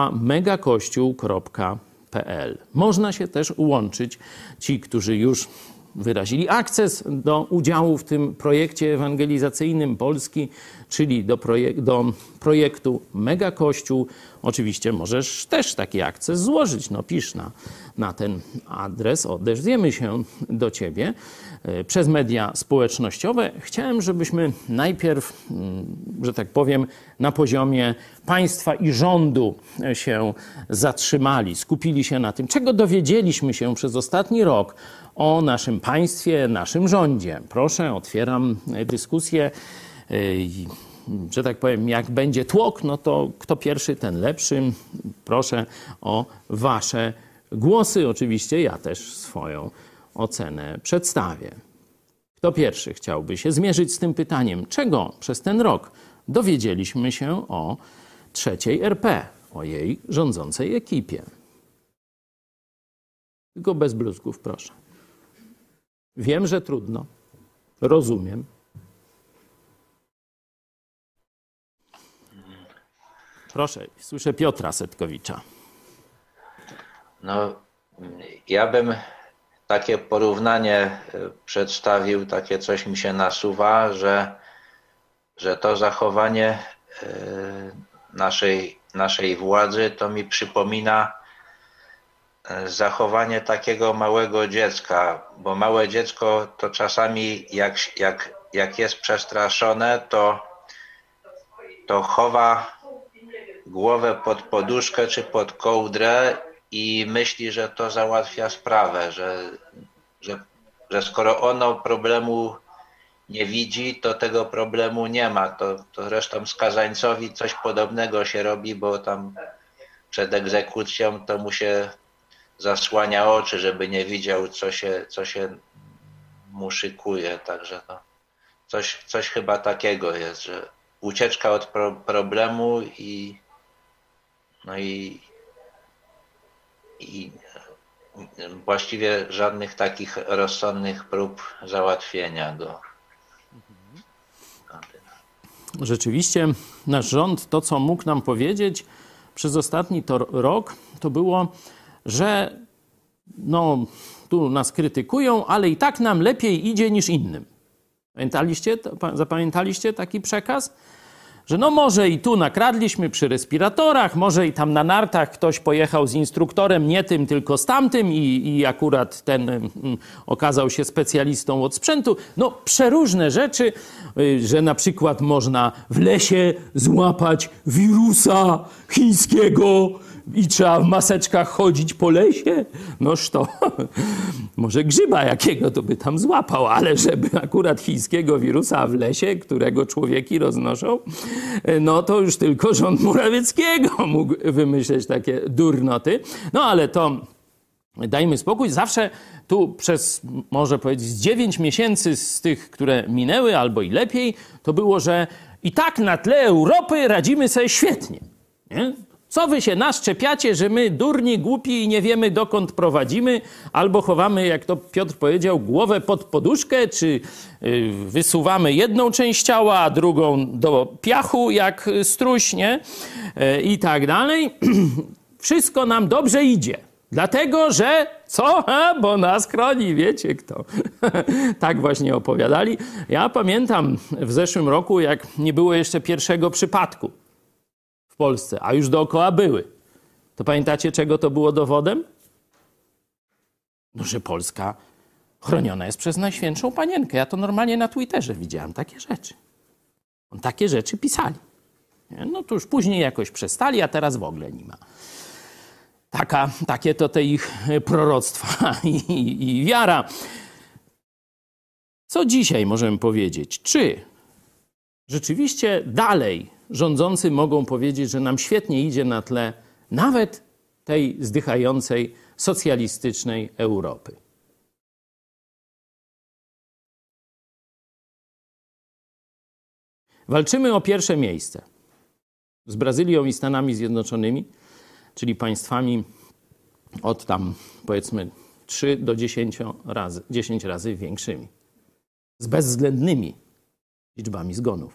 @megakościół.pl. Można się też łączyć, ci, którzy już wyrazili akces do udziału w tym projekcie ewangelizacyjnym Polski, czyli do projektu Mega Kościół. Oczywiście możesz też taki akces złożyć. Pisz na ten adres, odezwiemy się do ciebie przez media społecznościowe. Chciałem, żebyśmy najpierw, że tak powiem, na poziomie państwa i rządu się zatrzymali, skupili się na tym, czego dowiedzieliśmy się przez ostatni rok o naszym państwie, naszym rządzie. Proszę, otwieram dyskusję. Że tak powiem, jak będzie tłok, to kto pierwszy, ten lepszy. Proszę o wasze głosy. Oczywiście ja też swoją ocenę przedstawię. Kto pierwszy chciałby się zmierzyć z tym pytaniem? Czego przez ten rok dowiedzieliśmy się o trzeciej RP, o jej rządzącej ekipie? Tylko bez bluzgów, proszę. Wiem, że trudno. Rozumiem. Proszę, słyszę Piotra Setkowicza. Ja bym takie porównanie przedstawił, takie coś mi się nasuwa, że to zachowanie naszej władzy to mi przypomina zachowanie takiego małego dziecka, bo małe dziecko to czasami jak jest przestraszone, to chowa głowę pod poduszkę czy pod kołdrę i myśli, że to załatwia sprawę, że skoro ono problemu nie widzi, to tego problemu nie ma. To zresztą skazańcowi coś podobnego się robi, bo tam przed egzekucją to mu się zasłania oczy, żeby nie widział, co się mu szykuje. Także to coś chyba takiego jest, że ucieczka od problemu i właściwie żadnych takich rozsądnych prób załatwienia go. Rzeczywiście nasz rząd, to co mógł nam powiedzieć przez ostatni rok, to było, że tu nas krytykują, ale i tak nam lepiej idzie niż innym. Zapamiętaliście taki przekaz? Że może i tu nakradliśmy przy respiratorach, może i tam na nartach ktoś pojechał z instruktorem, nie tym, tylko z tamtym i akurat ten okazał się specjalistą od sprzętu. Przeróżne rzeczy, że na przykład można w lesie złapać wirusa chińskiego, I trzeba w maseczkach chodzić po lesie? Noż to może grzyba jakiego to by tam złapał, ale żeby akurat chińskiego wirusa w lesie, którego człowieki roznoszą, no to już tylko rząd Morawieckiego mógł wymyśleć takie durnoty. No ale to dajmy spokój. Zawsze tu przez, może powiedzieć, 9 miesięcy z tych, które minęły, albo i lepiej, to było, że i tak na tle Europy radzimy sobie świetnie. Nie? Co wy się nas czepiacie, że my durni, głupi i nie wiemy dokąd prowadzimy, albo chowamy, jak to Piotr powiedział, głowę pod poduszkę, czy wysuwamy jedną część ciała, a drugą do piachu, jak struś, nie? I tak dalej. Wszystko nam dobrze idzie. Dlatego, że co? Bo nas chroni, wiecie kto. Tak właśnie opowiadali. Ja pamiętam w zeszłym roku, jak nie było jeszcze pierwszego przypadku w Polsce, a już dookoła były. To pamiętacie, czego to było dowodem? No, że Polska chroniona jest przez Najświętszą Panienkę. Ja to normalnie na Twitterze widziałem takie rzeczy. On takie rzeczy pisali. No to już później jakoś przestali, a teraz w ogóle nie ma. Takie to te ich proroctwa i wiara. Co dzisiaj możemy powiedzieć? Czy rzeczywiście dalej rządzący mogą powiedzieć, że nam świetnie idzie na tle nawet tej zdychającej socjalistycznej Europy? Walczymy o pierwsze miejsce z Brazylią i Stanami Zjednoczonymi, czyli państwami od tam, powiedzmy, 3 do 10 razy większymi. Z bezwzględnymi liczbami zgonów.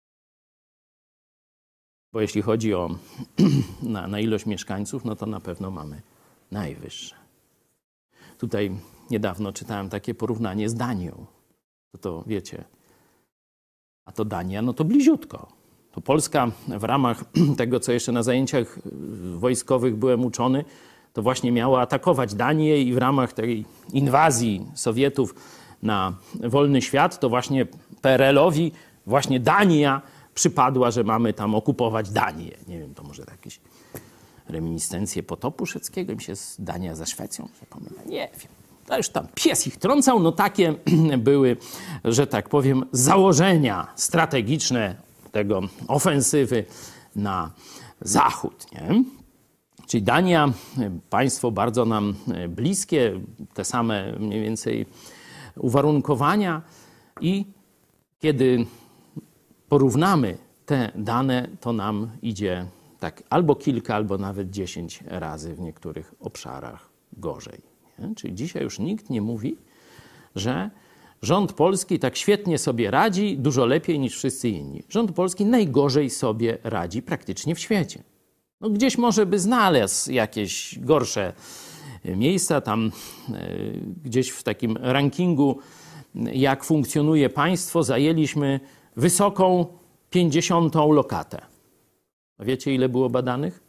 Bo jeśli chodzi o na ilość mieszkańców, no to na pewno mamy najwyższe. Tutaj niedawno czytałem takie porównanie z Danią. To wiecie, a to Dania, no to bliziutko. To Polska w ramach tego, co jeszcze na zajęciach wojskowych byłem uczony, to właśnie miała atakować Danię i w ramach tej inwazji Sowietów na wolny świat, to właśnie PRL-owi właśnie Dania przypadła, że mamy tam okupować Danię. Nie wiem, to może jakieś reminiscencje potopu szwedzkiego, im się Dania ze Szwecją przypomina. Nie wiem. To już tam pies ich trącał. No takie były, że tak powiem, założenia strategiczne tego ofensywy na zachód. Nie? Czyli Dania, państwo bardzo nam bliskie, te same mniej więcej uwarunkowania i kiedy porównamy te dane, to nam idzie tak albo kilka, albo nawet 10 razy w niektórych obszarach gorzej. Nie? Czyli dzisiaj już nikt nie mówi, że rząd polski tak świetnie sobie radzi, dużo lepiej niż wszyscy inni. Rząd polski najgorzej sobie radzi praktycznie w świecie. No gdzieś może by znalazł jakieś gorsze miejsca, tam gdzieś w takim rankingu, jak funkcjonuje państwo, zajęliśmy wysoką 50. lokatę. A wiecie, ile było badanych?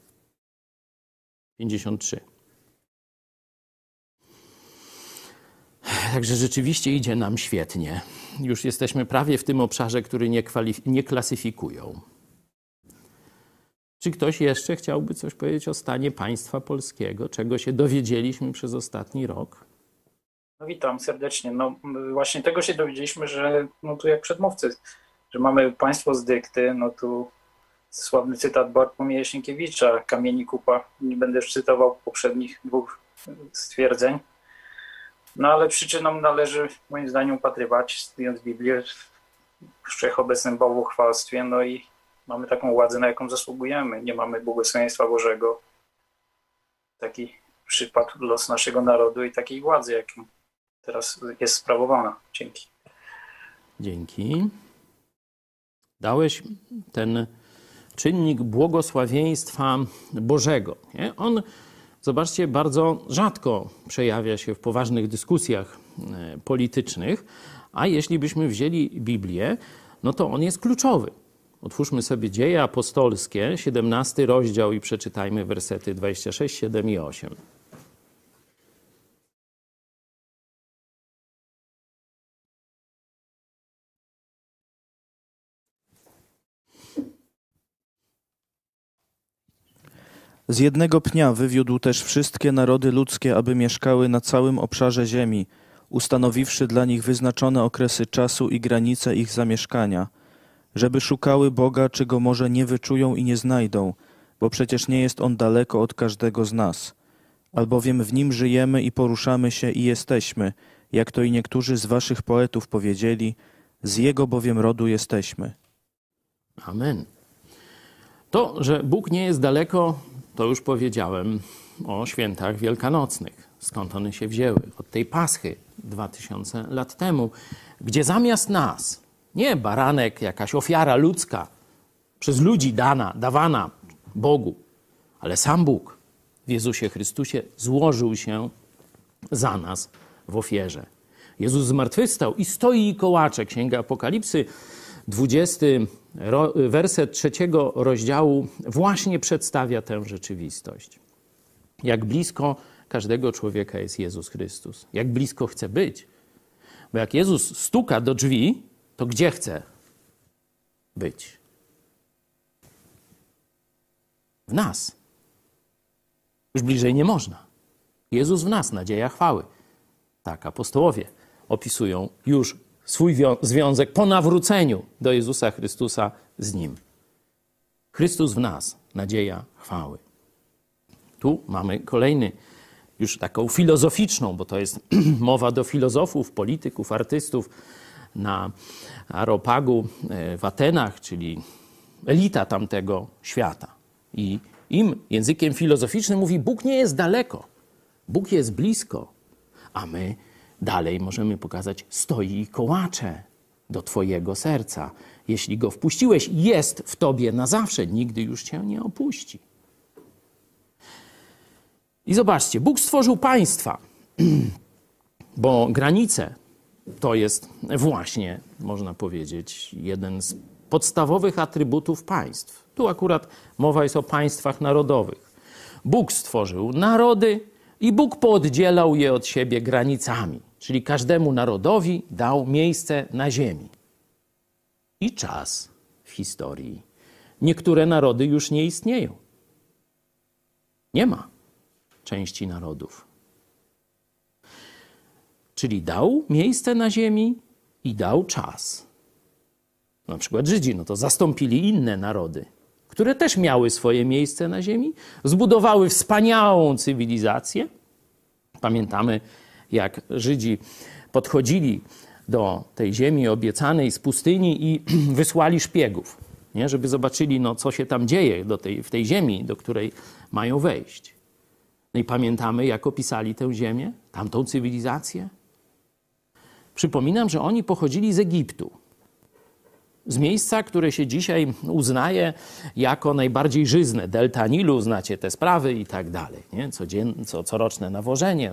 53. Także rzeczywiście idzie nam świetnie. Już jesteśmy prawie w tym obszarze, który nie klasyfikują. Czy ktoś jeszcze chciałby coś powiedzieć o stanie państwa polskiego? Czego się dowiedzieliśmy przez ostatni rok? No witam serdecznie. No właśnie tego się dowiedzieliśmy, że no tu jak przedmówcy, że mamy państwo z dykty, no tu sławny cytat Bartłomieja Sienkiewicza, kamieni kupa. Nie będę już cytował poprzednich dwóch stwierdzeń. No ale przyczyną należy moim zdaniem upatrywać, studiując Biblię, w wszechobecnym bałwochwalstwie, no i mamy taką władzę, na jaką zasługujemy. Nie mamy błogosławieństwa Bożego. Taki przypadł los naszego narodu i takiej władzy, jaką teraz jest sprawowana. Dzięki. Dzięki. Dałeś ten czynnik błogosławieństwa Bożego. Nie? On, zobaczcie, bardzo rzadko przejawia się w poważnych dyskusjach politycznych, a jeśli byśmy wzięli Biblię, no to on jest kluczowy. Otwórzmy sobie Dzieje Apostolskie, 17 rozdział i przeczytajmy wersety 26, 7 i 8. Z jednego pnia wywiódł też wszystkie narody ludzkie, aby mieszkały na całym obszarze ziemi, ustanowiwszy dla nich wyznaczone okresy czasu i granice ich zamieszkania, żeby szukały Boga, czy Go może nie wyczują i nie znajdą, bo przecież nie jest On daleko od każdego z nas. Albowiem w Nim żyjemy i poruszamy się i jesteśmy, jak to i niektórzy z waszych poetów powiedzieli, z Jego bowiem rodu jesteśmy. Amen. To, że Bóg nie jest daleko, to już powiedziałem o świętach wielkanocnych. Skąd one się wzięły? Od tej Paschy 2000 lat temu, gdzie zamiast nas, nie baranek, jakaś ofiara ludzka, przez ludzi dawana Bogu, ale sam Bóg w Jezusie Chrystusie złożył się za nas w ofierze. Jezus zmartwychwstał i stoi i kołacze. Księga Apokalipsy, 20 werset 3 rozdziału właśnie przedstawia tę rzeczywistość. Jak blisko każdego człowieka jest Jezus Chrystus. Jak blisko chce być. Bo jak Jezus stuka do drzwi, to gdzie chce być? W nas. Już bliżej nie można. Jezus w nas, nadzieja chwały. Tak apostołowie opisują już swój związek po nawróceniu do Jezusa Chrystusa z Nim. Chrystus w nas, nadzieja chwały. Tu mamy kolejny, już taką filozoficzną, bo to jest mowa do filozofów, polityków, artystów na Areopagu w Atenach, czyli elita tamtego świata. I im językiem filozoficznym mówi, Bóg nie jest daleko, Bóg jest blisko, a my dalej możemy pokazać, stoi i kołacze do twojego serca. Jeśli go wpuściłeś, jest w tobie na zawsze, nigdy już cię nie opuści. I zobaczcie, Bóg stworzył państwa, bo granice to jest właśnie, można powiedzieć, jeden z podstawowych atrybutów państw. Tu akurat mowa jest o państwach narodowych. Bóg stworzył narody i Bóg pooddzielał je od siebie granicami, czyli każdemu narodowi dał miejsce na ziemi i czas w historii. Niektóre narody już nie istnieją. Nie ma części narodów. Czyli dał miejsce na ziemi i dał czas. Na przykład Żydzi, no to zastąpili inne narody, które też miały swoje miejsce na ziemi, zbudowały wspaniałą cywilizację. Pamiętamy, jak Żydzi podchodzili do tej ziemi obiecanej z pustyni i wysłali szpiegów, nie? Żeby zobaczyli, no, co się tam dzieje w tej ziemi, do której mają wejść. No i pamiętamy, jak opisali tę ziemię, tamtą cywilizację. Przypominam, że oni pochodzili z Egiptu. Z miejsca, które się dzisiaj uznaje jako najbardziej żyzne. Delta Nilu, znacie te sprawy i tak dalej. Nie? Coroczne nawożenie.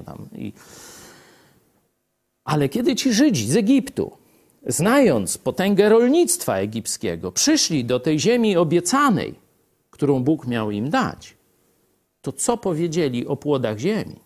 Ale kiedy ci Żydzi z Egiptu, znając potęgę rolnictwa egipskiego, przyszli do tej ziemi obiecanej, którą Bóg miał im dać, to co powiedzieli o płodach ziemi?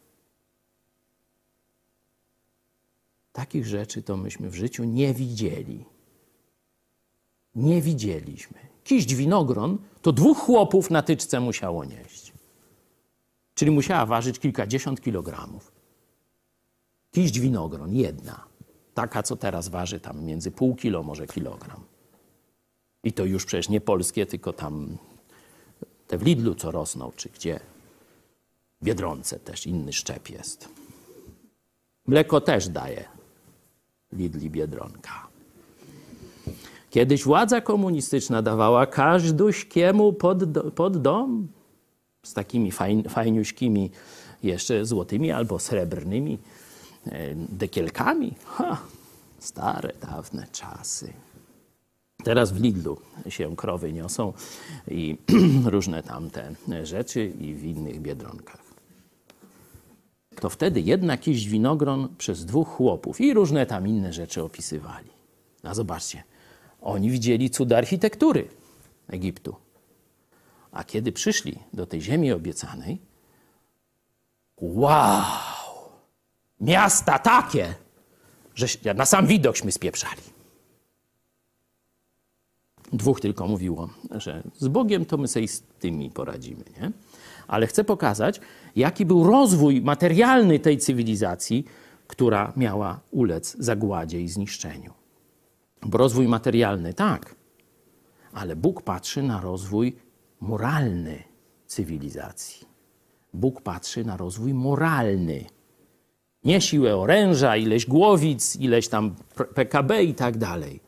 Takich rzeczy to myśmy w życiu nie widzieli. Nie widzieliśmy. Kiść winogron to 2 chłopów na tyczce musiało nieść. Czyli musiała ważyć kilkadziesiąt kilogramów. Kiść winogron, jedna. Taka, co teraz waży tam między pół kilo, może kilogram. I to już przecież nie polskie, tylko tam te w Lidlu, co rosną, czy gdzie. W Biedronce też inny szczep jest. Mleko też daje Lidl i Biedronka. Kiedyś władza komunistyczna dawała każduśkiemu pod dom z takimi fajniuśkimi, jeszcze złotymi albo srebrnymi dekielkami. Stare, dawne czasy. Teraz w Lidlu się krowy niosą i różne tamte rzeczy i w innych Biedronkach. To wtedy jedna kiść winogron przez 2 chłopów i różne tam inne rzeczy opisywali. A zobaczcie, oni widzieli cuda architektury Egiptu. A kiedy przyszli do tej ziemi obiecanej, wow! Miasta takie, że na sam widokśmy spieprzali. 2 tylko mówiło, że z Bogiem to my sobie z tymi poradzimy, nie? ale chcę pokazać, jaki był rozwój materialny tej cywilizacji, która miała ulec zagładzie i zniszczeniu. Bo rozwój materialny tak, ale Bóg patrzy na rozwój moralny cywilizacji. Bóg patrzy na rozwój moralny. Nie siłę oręża, ileś głowic, ileś tam PKB i tak dalej.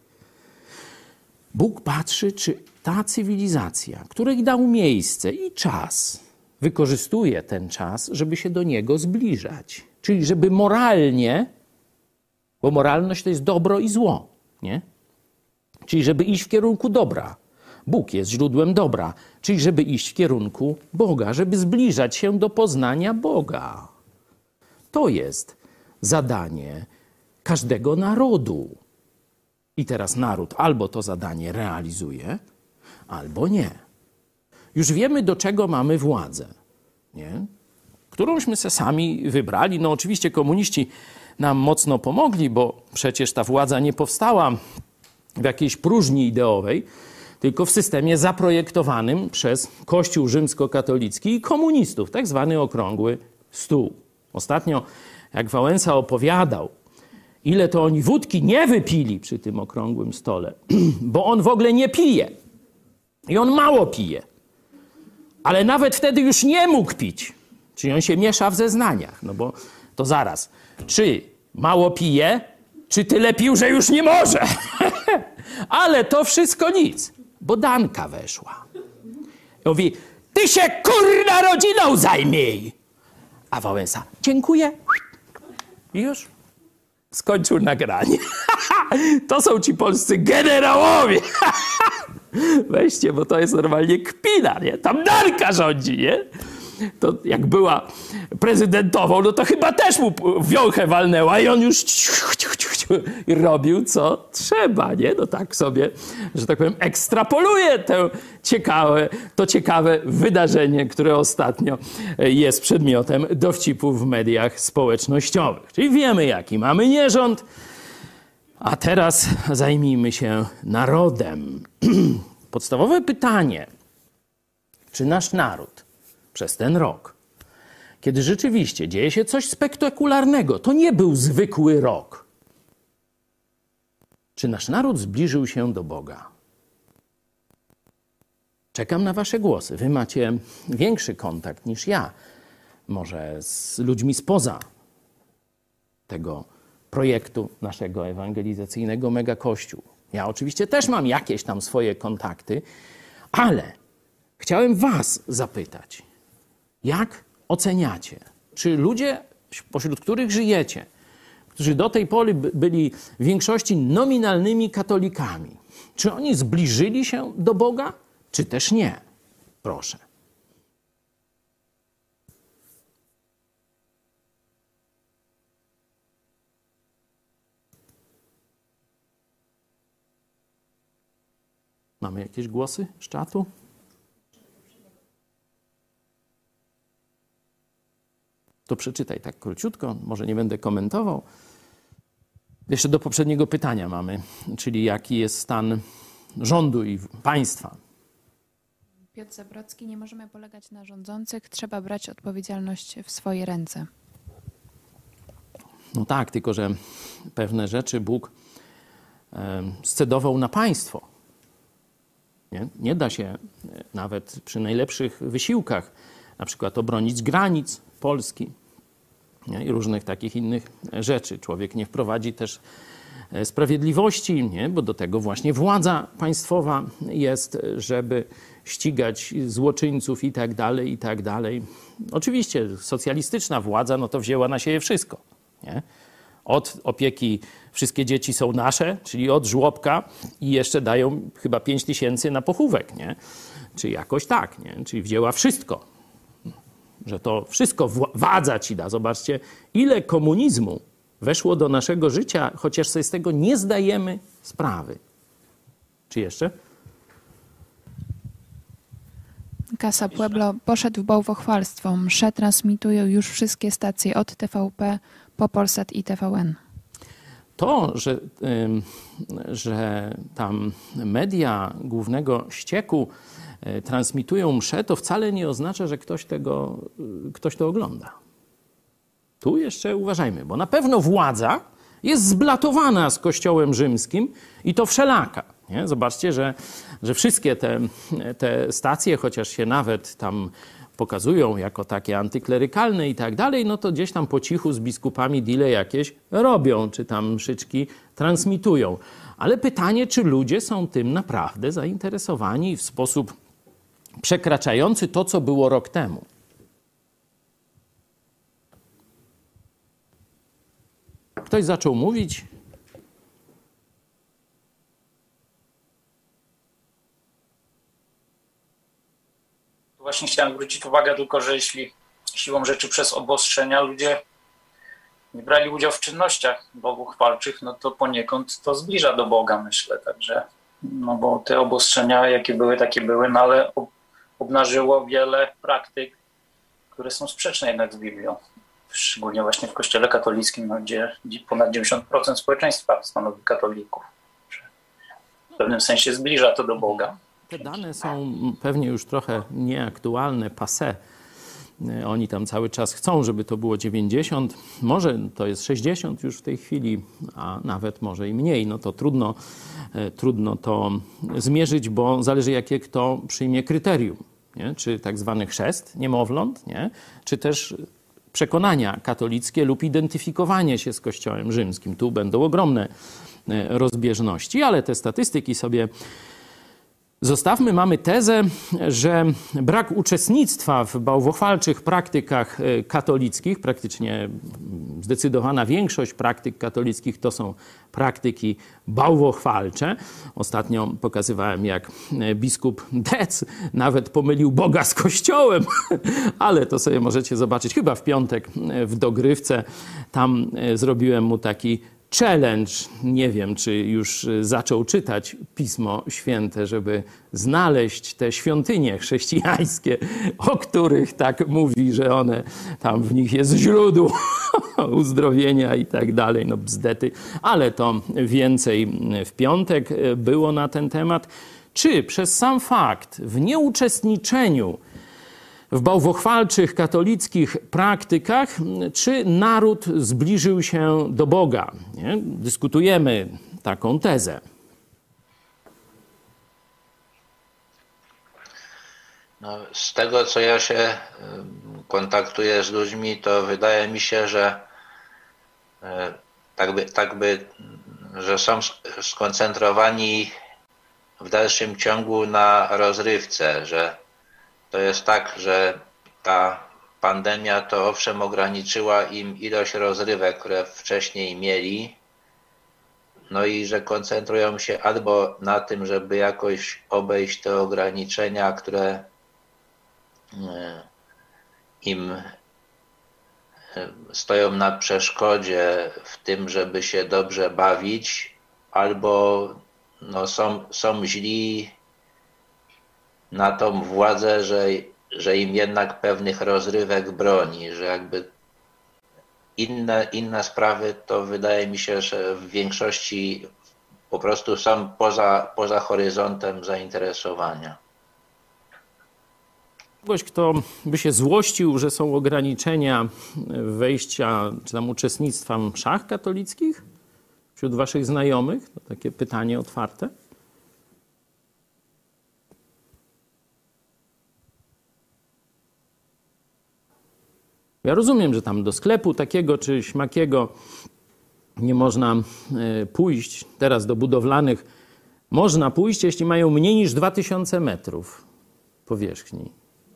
Bóg patrzy, czy ta cywilizacja, której dał miejsce i czas, wykorzystuje ten czas, żeby się do Niego zbliżać. Czyli żeby moralnie, bo moralność to jest dobro i zło, nie? Czyli żeby iść w kierunku dobra. Bóg jest źródłem dobra, czyli żeby iść w kierunku Boga, żeby zbliżać się do poznania Boga. To jest zadanie każdego narodu. I teraz naród albo to zadanie realizuje, albo nie. Już wiemy, do czego mamy władzę, nie? Którąśmy se sami wybrali. No oczywiście komuniści nam mocno pomogli, bo przecież ta władza nie powstała w jakiejś próżni ideowej, tylko w systemie zaprojektowanym przez Kościół rzymskokatolicki i komunistów, tak zwany okrągły stół. Ostatnio, jak Wałęsa opowiadał, ile to oni wódki nie wypili przy tym okrągłym stole, bo on w ogóle nie pije i on mało pije, ale nawet wtedy już nie mógł pić, czyli on się miesza w zeznaniach, no bo to zaraz, czy mało pije, czy tyle pił, że już nie może, ale to wszystko nic, bo Danka weszła. I mówi, ty się kurna rodziną zajmij! A Wałęsa, dziękuję. I już skończył nagranie. To są ci polscy generałowie. Weźcie, bo to jest normalnie kpina, nie? Tam Danka rządzi, nie? To jak była prezydentową, no to chyba też mu wiąchę walnęła i on już robił, co trzeba, nie? No tak sobie, że tak powiem, ekstrapoluje to ciekawe wydarzenie, które ostatnio jest przedmiotem dowcipów w mediach społecznościowych. Czyli wiemy, jaki mamy nierząd, a teraz zajmijmy się narodem. Podstawowe pytanie, czy nasz naród przez ten rok, kiedy rzeczywiście dzieje się coś spektakularnego, to nie był zwykły rok. Czy nasz naród zbliżył się do Boga? Czekam na wasze głosy. Wy macie większy kontakt niż ja. Może z ludźmi spoza tego projektu naszego ewangelizacyjnego Mega Kościół. Ja oczywiście też mam jakieś tam swoje kontakty, ale chciałem was zapytać, jak oceniacie, czy ludzie, pośród których żyjecie, którzy do tej pory byli w większości nominalnymi katolikami, czy oni zbliżyli się do Boga, czy też nie? Proszę. Mamy jakieś głosy z czatu? To przeczytaj tak króciutko, może nie będę komentował. Jeszcze do poprzedniego pytania mamy, czyli jaki jest stan rządu i państwa. Piotr Zabrocki, nie możemy polegać na rządzących, trzeba brać odpowiedzialność w swoje ręce. No tak, tylko że pewne rzeczy Bóg scedował na państwo. Nie da się nawet przy najlepszych wysiłkach na przykład obronić granic Polski, nie? I różnych takich innych rzeczy. Człowiek nie wprowadzi też sprawiedliwości, nie? Bo do tego właśnie władza państwowa jest, żeby ścigać złoczyńców i tak dalej, i tak dalej. Oczywiście socjalistyczna władza, no to wzięła na siebie wszystko, nie? Od opieki wszystkie dzieci są nasze, czyli od żłobka i jeszcze dają chyba 5 000 na pochówek, nie? Czy jakoś tak, nie? Czyli wzięła wszystko. Że to wszystko władza ci da. Zobaczcie, ile komunizmu weszło do naszego życia, chociaż sobie z tego nie zdajemy sprawy. Czy jeszcze? Casa Pueblo poszedł w bałwochwalstwo. Msze transmitują już wszystkie stacje od TVP po Polsat i TVN. To, że tam media głównego ścieku transmitują mszę, to wcale nie oznacza, że ktoś to ogląda. Tu jeszcze uważajmy, bo na pewno władza jest zblatowana z Kościołem rzymskim i to wszelaka. Nie? Zobaczcie, że wszystkie te stacje, chociaż się nawet tam pokazują jako takie antyklerykalne i tak dalej, no to gdzieś tam po cichu z biskupami deale jakieś robią, czy tam mszyczki transmitują. Ale pytanie, czy ludzie są tym naprawdę zainteresowani w sposób przekraczający to, co było rok temu. Ktoś zaczął mówić. Właśnie chciałem zwrócić uwagę tylko, że jeśli siłą rzeczy przez obostrzenia ludzie nie brali udziału w czynnościach bałwochwalczych, no to poniekąd to zbliża do Boga, myślę. Także, no bo te obostrzenia, jakie były, takie były, no ale obnażyło wiele praktyk, które są sprzeczne jednak z Biblią. Szczególnie właśnie w Kościele katolickim, no, gdzie ponad 90% społeczeństwa stanowi katolików. W pewnym sensie zbliża to do Boga. Te dane są pewnie już trochę nieaktualne, passé. Oni tam cały czas chcą, żeby to było 90, może to jest 60 już w tej chwili, a nawet może i mniej. No to trudno to zmierzyć, bo zależy jakie kto przyjmie kryterium. Nie? Czy tak zwany chrzest niemowląt, nie? Czy też przekonania katolickie lub identyfikowanie się z Kościołem rzymskim. Tu będą ogromne rozbieżności, ale te statystyki sobie zostawmy. Mamy tezę, że brak uczestnictwa w bałwochwalczych praktykach katolickich, praktycznie zdecydowana większość praktyk katolickich to są praktyki bałwochwalcze. Ostatnio pokazywałem, jak biskup Dec nawet pomylił Boga z Kościołem, ale to sobie możecie zobaczyć chyba w piątek w dogrywce. Tam zrobiłem mu taki challenge, nie wiem, czy już zaczął czytać Pismo Święte, żeby znaleźć te świątynie chrześcijańskie, o których tak mówi, że one, tam w nich jest źródło uzdrowienia i tak dalej, no bzdety, ale to więcej w piątek było na ten temat. Czy przez sam fakt w nieuczestniczeniu w bałwochwalczych katolickich praktykach, czy naród zbliżył się do Boga? Nie? Dyskutujemy taką tezę. No, z tego, co ja się kontaktuję z ludźmi, to wydaje mi się, że że są skoncentrowani w dalszym ciągu na rozrywce, że to jest tak, że ta pandemia to owszem ograniczyła im ilość rozrywek, które wcześniej mieli, no i że koncentrują się albo na tym, żeby jakoś obejść te ograniczenia, które im stoją na przeszkodzie w tym, żeby się dobrze bawić, albo no, są źli na tą władzę, że im jednak pewnych rozrywek broni, że jakby inne sprawy to wydaje mi się, że w większości po prostu są poza horyzontem zainteresowania. Kogoś, kto by się złościł, że są ograniczenia wejścia czy tam uczestnictwa w mszach katolickich wśród waszych znajomych? To takie pytanie otwarte. Ja rozumiem, że tam do sklepu takiego czy śmakiego nie można pójść. Teraz do budowlanych można pójść, jeśli mają mniej niż 2000 metrów powierzchni.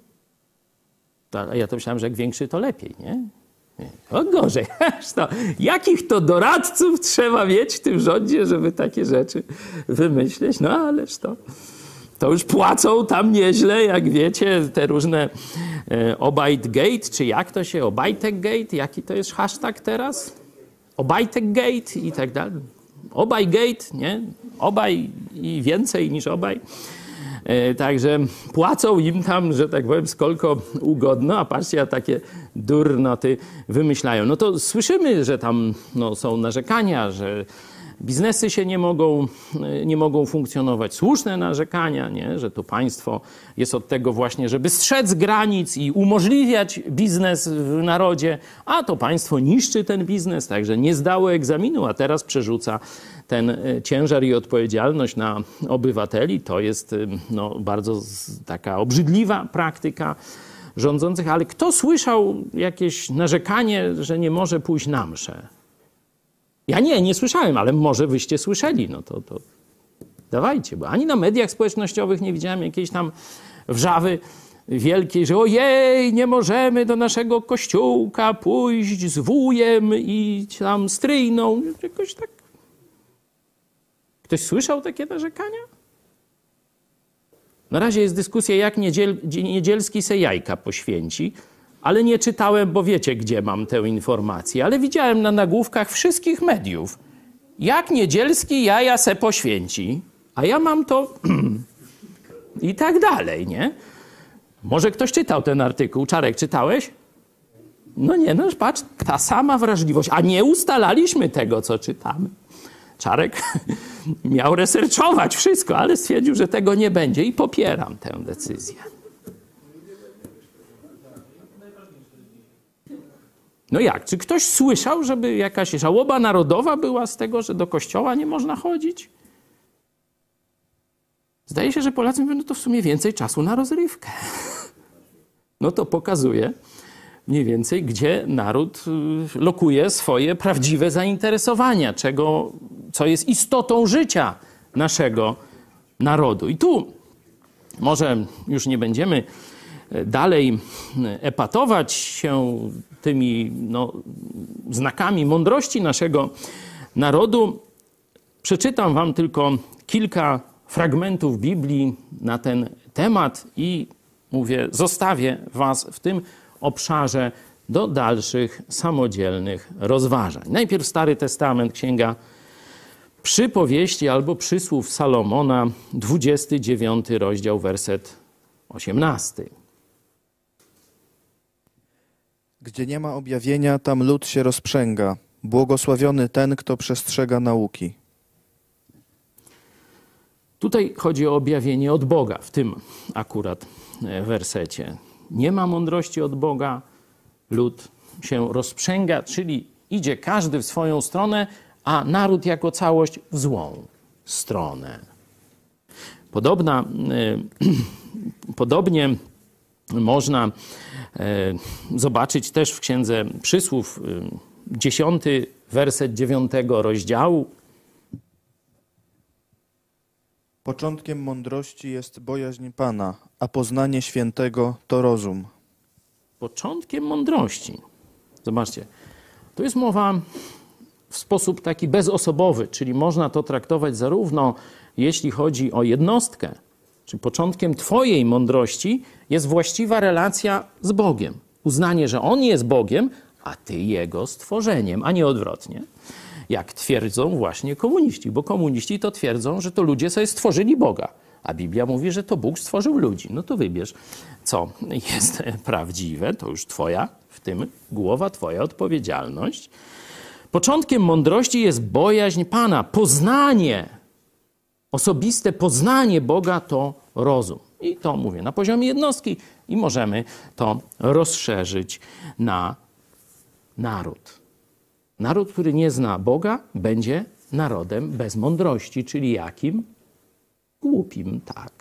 A ja to myślałem, że jak większy, to lepiej, nie? O gorzej. Jakich to doradców trzeba mieć w tym rządzie, żeby takie rzeczy wymyśleć? No ależ to już płacą tam nieźle, jak wiecie, te różne Obajtgate, czy jak to się, Obajtekgate, jaki to jest hashtag teraz? Obajtekgate i tak dalej. Obajgate, nie? Obaj i więcej niż obaj. Także płacą im tam, że tak powiem, skolko ugodno, a patrzcie, jak takie durnoty wymyślają. No to słyszymy, że tam no, są narzekania, że biznesy się nie mogą funkcjonować, słuszne narzekania, nie? Że to państwo jest od tego właśnie, żeby strzec granic i umożliwiać biznes w narodzie, a to państwo niszczy ten biznes, także nie zdało egzaminu, a teraz przerzuca ten ciężar i odpowiedzialność na obywateli. To jest bardzo taka obrzydliwa praktyka rządzących, ale kto słyszał jakieś narzekanie, że nie może pójść na mszę? Ja nie słyszałem, ale może wyście słyszeli, no to dawajcie, bo ani na mediach społecznościowych nie widziałem jakiejś tam wrzawy wielkiej, że ojej, nie możemy do naszego kościółka pójść z wujem i tam stryjną, jakoś tak. Ktoś słyszał takie narzekania? Na razie jest dyskusja, jak Niedzielski se jajka poświęci, ale nie czytałem, bo wiecie, gdzie mam tę informację, ale widziałem na nagłówkach wszystkich mediów, jak Niedzielski jaja se poświęci, a ja mam to i tak dalej, nie? Może ktoś czytał ten artykuł. Czarek, czytałeś? No nie, no patrz, ta sama wrażliwość, a nie ustalaliśmy tego, co czytamy. Czarek miał researchować wszystko, ale stwierdził, że tego nie będzie i popieram tę decyzję. No jak? Czy ktoś słyszał, żeby jakaś żałoba narodowa była z tego, że do kościoła nie można chodzić? Zdaje się, że Polacy mówią, no to w sumie więcej czasu na rozrywkę. No to pokazuje mniej więcej, gdzie naród lokuje swoje prawdziwe zainteresowania, co jest istotą życia naszego narodu. I tu może już nie będziemy dalej epatować się tymi znakami mądrości naszego narodu. Przeczytam wam tylko kilka fragmentów Biblii na ten temat i mówię, zostawię was w tym obszarze do dalszych samodzielnych rozważań. Najpierw Stary Testament, Księga Przypowieści albo Przysłów Salomona, 29 rozdział, werset 18. Gdzie nie ma objawienia, tam lud się rozprzęga. Błogosławiony ten, kto przestrzega nauki. Tutaj chodzi o objawienie od Boga, w tym akurat wersecie. Nie ma mądrości od Boga, lud się rozprzęga, czyli idzie każdy w swoją stronę, a naród jako całość w złą stronę. Podobnie można zobaczyć też w Księdze Przysłów, 10 werset 9 rozdziału. Początkiem mądrości jest bojaźń Pana, a poznanie świętego to rozum. Początkiem mądrości. Zobaczcie, to jest mowa w sposób taki bezosobowy, czyli można to traktować zarówno jeśli chodzi o jednostkę, czy początkiem twojej mądrości jest właściwa relacja z Bogiem. Uznanie, że On jest Bogiem, a ty Jego stworzeniem, a nie odwrotnie. Jak twierdzą właśnie komuniści, bo komuniści to twierdzą, że to ludzie sobie stworzyli Boga, a Biblia mówi, że to Bóg stworzył ludzi. No to wybierz, co jest prawdziwe, to już w tym głowa twoja odpowiedzialność. Początkiem mądrości jest bojaźń Pana, poznanie, osobiste poznanie Boga to rozum. I to mówię na poziomie jednostki i możemy to rozszerzyć na naród. Naród, który nie zna Boga, będzie narodem bez mądrości, czyli jakim? Głupim, tak.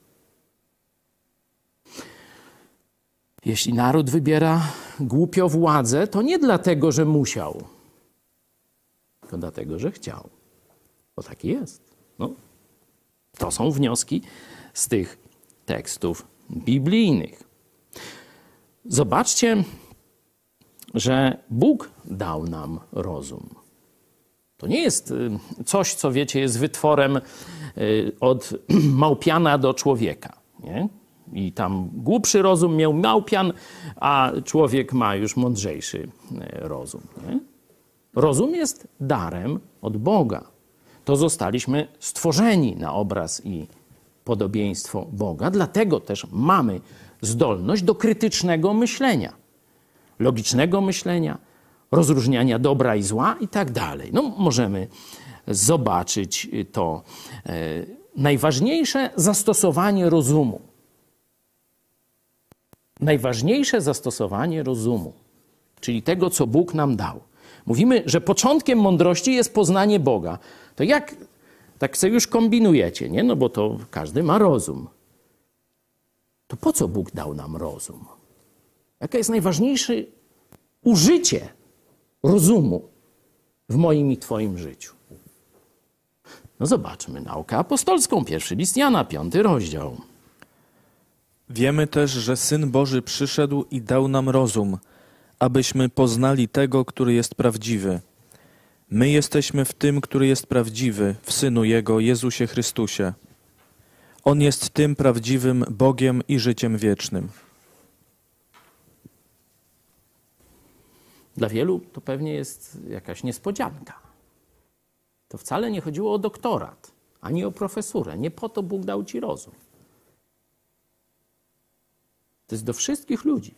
Jeśli naród wybiera głupio władzę, to nie dlatego, że musiał, tylko dlatego, że chciał. Bo tak jest. No, to są wnioski z tych tekstów biblijnych. Zobaczcie, że Bóg dał nam rozum. To nie jest coś, co wiecie, jest wytworem od małpiana do człowieka. Nie? I tam głupszy rozum miał małpian, a człowiek ma już mądrzejszy rozum. Nie? Rozum jest darem od Boga. To zostaliśmy stworzeni na obraz i podobieństwo Boga. Dlatego też mamy zdolność do krytycznego myślenia, logicznego myślenia, rozróżniania dobra i zła i tak dalej. No, możemy zobaczyć to. Najważniejsze zastosowanie rozumu. Najważniejsze zastosowanie rozumu, czyli tego, co Bóg nam dał. Mówimy, że początkiem mądrości jest poznanie Boga. To jak tak sobie już kombinujecie, nie? No bo to każdy ma rozum. To po co Bóg dał nam rozum? Jakie jest najważniejsze użycie rozumu w moim i twoim życiu? No zobaczmy naukę apostolską, 1 list Jana, 5 rozdział. Wiemy też, że Syn Boży przyszedł i dał nam rozum, abyśmy poznali tego, który jest prawdziwy. My jesteśmy w tym, który jest prawdziwy, w Synu Jego, Jezusie Chrystusie. On jest tym prawdziwym Bogiem i życiem wiecznym. Dla wielu to pewnie jest jakaś niespodzianka. To wcale nie chodziło o doktorat, ani o profesurę. Nie po to Bóg dał ci rozum. To jest do wszystkich ludzi.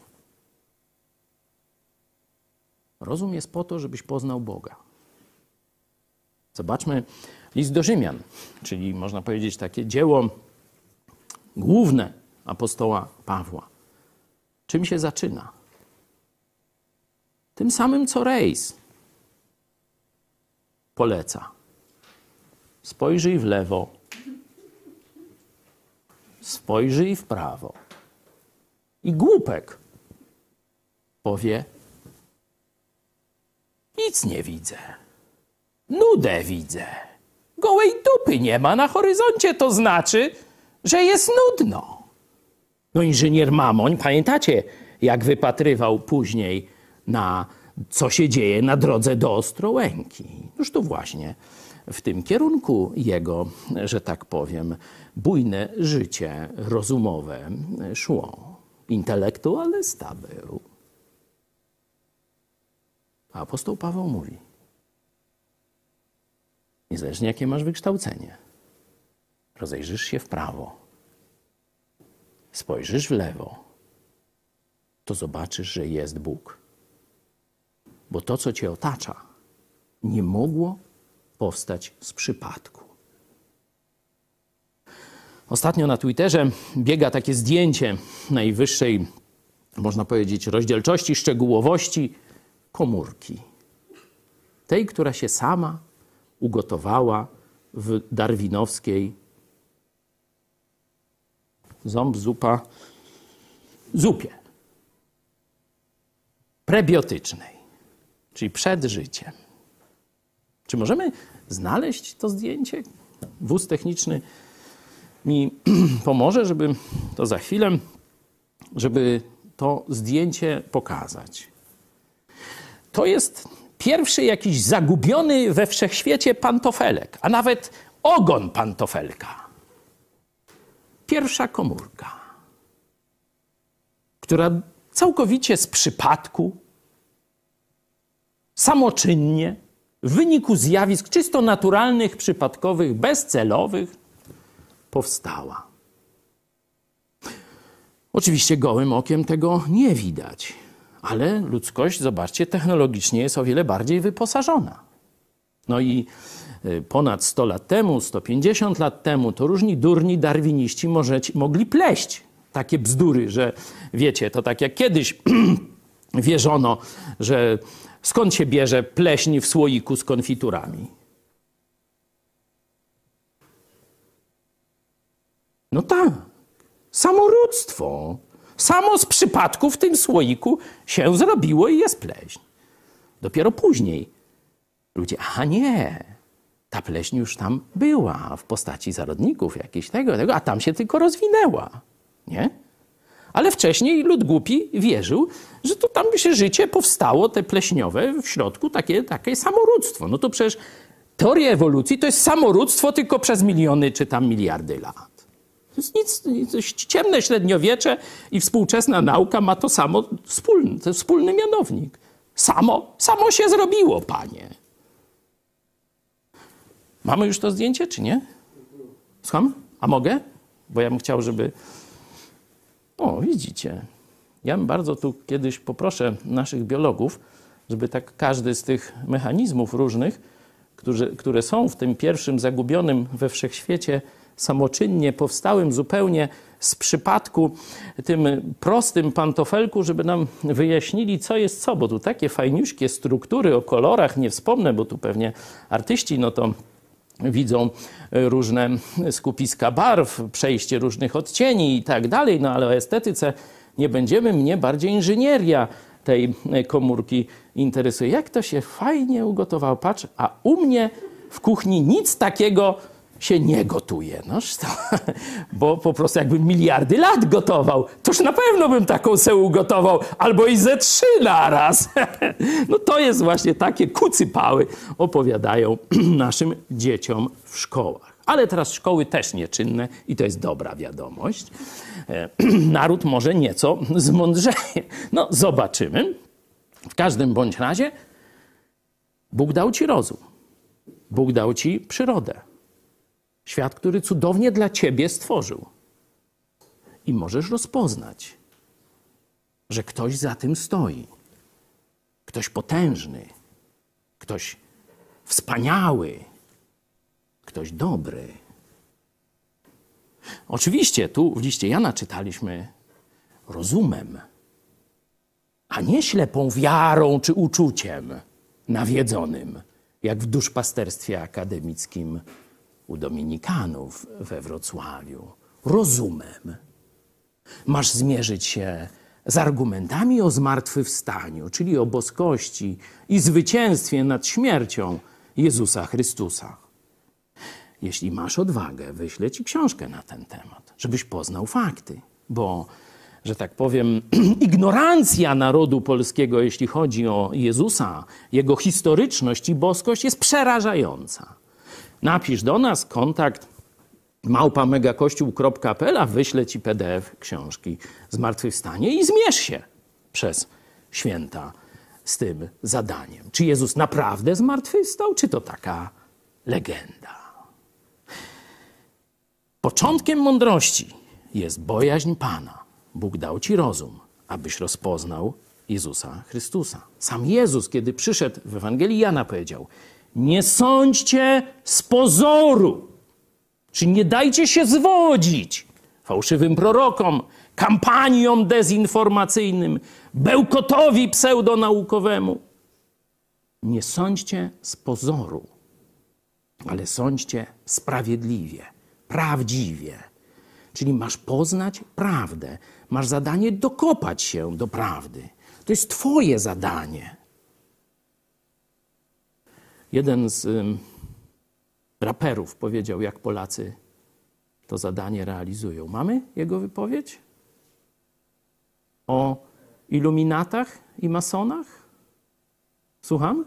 Rozum jest po to, żebyś poznał Boga. Zobaczmy list do Rzymian, czyli można powiedzieć takie dzieło główne apostoła Pawła. Czym się zaczyna? Tym samym, co Rejs poleca. Spojrzyj w lewo, spojrzyj w prawo. I głupek powie: nic nie widzę, nudę widzę, gołej dupy nie ma na horyzoncie, to znaczy, że jest nudno. No inżynier Mamoń, pamiętacie, jak wypatrywał później na co się dzieje na drodze do Ostrołęki? Już to właśnie w tym kierunku jego, że tak powiem, bujne życie rozumowe szło. Intelektualista był. A apostoł Paweł mówi: niezależnie jakie masz wykształcenie, rozejrzysz się w prawo, spojrzysz w lewo, to zobaczysz, że jest Bóg. Bo to, co cię otacza, nie mogło powstać z przypadku. Ostatnio na Twitterze biega takie zdjęcie najwyższej, można powiedzieć, rozdzielczości, szczegółowości komórki. Tej, która się sama ugotowała w darwinowskiej zupie prebiotycznej, czyli przed życiem. Czy możemy znaleźć to zdjęcie? Wóz techniczny mi pomoże, żeby to za chwilę, żeby to zdjęcie pokazać. To jest pierwszy jakiś zagubiony we wszechświecie pantofelek, a nawet ogon pantofelka. Pierwsza komórka, która całkowicie z przypadku, samoczynnie, w wyniku zjawisk czysto naturalnych, przypadkowych, bezcelowych, powstała. Oczywiście gołym okiem tego nie widać, ale ludzkość, zobaczcie, technologicznie jest o wiele bardziej wyposażona. No i ponad 100 lat temu, 150 lat temu, to różni durni darwiniści mogli pleść takie bzdury, że wiecie, to tak jak kiedyś wierzono, że skąd się bierze pleśń w słoiku z konfiturami. No tak, samorództwo. Samo z przypadku w tym słoiku się zrobiło i jest pleśń. Dopiero później ludzie, a nie, ta pleśń już tam była w postaci zarodników jakichś tego, a tam się tylko rozwinęła, nie? Ale wcześniej lud głupi wierzył, że to tam by się życie powstało, te pleśniowe, w środku takie samorództwo. No to przecież teoria ewolucji to jest samorództwo tylko przez miliony czy tam miliardy lat. To jest nic, ciemne średniowiecze i współczesna nauka ma to samo wspólne, to jest wspólny mianownik. Samo się zrobiło, panie. Mamy już to zdjęcie, czy nie? Słucham? A mogę? Bo ja bym chciał, żeby... O, widzicie. Ja bym bardzo tu kiedyś poproszę naszych biologów, żeby tak każdy z tych mechanizmów różnych, które są w tym pierwszym zagubionym we wszechświecie, samoczynnie powstałym zupełnie z przypadku, tym prostym pantofelku, żeby nam wyjaśnili, co jest co, bo tu takie fajniuśkie struktury o kolorach, nie wspomnę, bo tu pewnie artyści, no to widzą różne skupiska barw, przejście różnych odcieni i tak dalej, no ale o estetyce nie będziemy. Mnie bardziej inżynieria tej komórki interesuje. Jak to się fajnie ugotowało. Patrz, a u mnie w kuchni nic takiego się nie gotuje. Noż to, bo po prostu jakbym miliardy lat gotował, toż na pewno bym taką se ugotował, albo i ze 3 naraz. No to jest właśnie takie kucypały opowiadają naszym dzieciom w szkołach. Ale teraz szkoły też nieczynne i to jest dobra wiadomość. Naród może nieco zmądrzeje. No zobaczymy. W każdym bądź razie Bóg dał ci rozum. Bóg dał ci przyrodę. Świat, który cudownie dla ciebie stworzył. I możesz rozpoznać, że ktoś za tym stoi. Ktoś potężny, ktoś wspaniały, ktoś dobry. Oczywiście tu w liście Jana czytaliśmy rozumem, a nie ślepą wiarą czy uczuciem nawiedzonym, jak w duszpasterstwie akademickim u dominikanów we Wrocławiu. Rozumem. Masz zmierzyć się z argumentami o zmartwychwstaniu, czyli o boskości i zwycięstwie nad śmiercią Jezusa Chrystusa. Jeśli masz odwagę, wyślę ci książkę na ten temat, żebyś poznał fakty, bo, że tak powiem, ignorancja narodu polskiego, jeśli chodzi o Jezusa, jego historyczność i boskość jest przerażająca. Napisz do nas kontakt @megakościół.pl, a wyślę ci PDF książki Zmartwychwstanie i zmierz się przez święta z tym zadaniem. Czy Jezus naprawdę zmartwychwstał, czy to taka legenda? Początkiem mądrości jest bojaźń Pana. Bóg dał ci rozum, abyś rozpoznał Jezusa Chrystusa. Sam Jezus, kiedy przyszedł w Ewangelii Jana, powiedział: nie sądźcie z pozoru, czyli nie dajcie się zwodzić fałszywym prorokom, kampaniom dezinformacyjnym, bełkotowi pseudonaukowemu. Nie sądźcie z pozoru, ale sądźcie sprawiedliwie, prawdziwie. Czyli masz poznać prawdę, masz zadanie dokopać się do prawdy. To jest twoje zadanie. Jeden z raperów powiedział, jak Polacy to zadanie realizują. Mamy jego wypowiedź? O iluminatach i masonach? Słucham?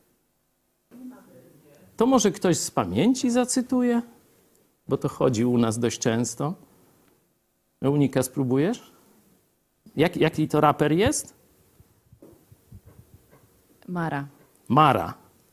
To może ktoś z pamięci zacytuje? Bo to chodzi u nas dość często. Eunika, spróbujesz? Jaki to raper jest? Mara. Mara.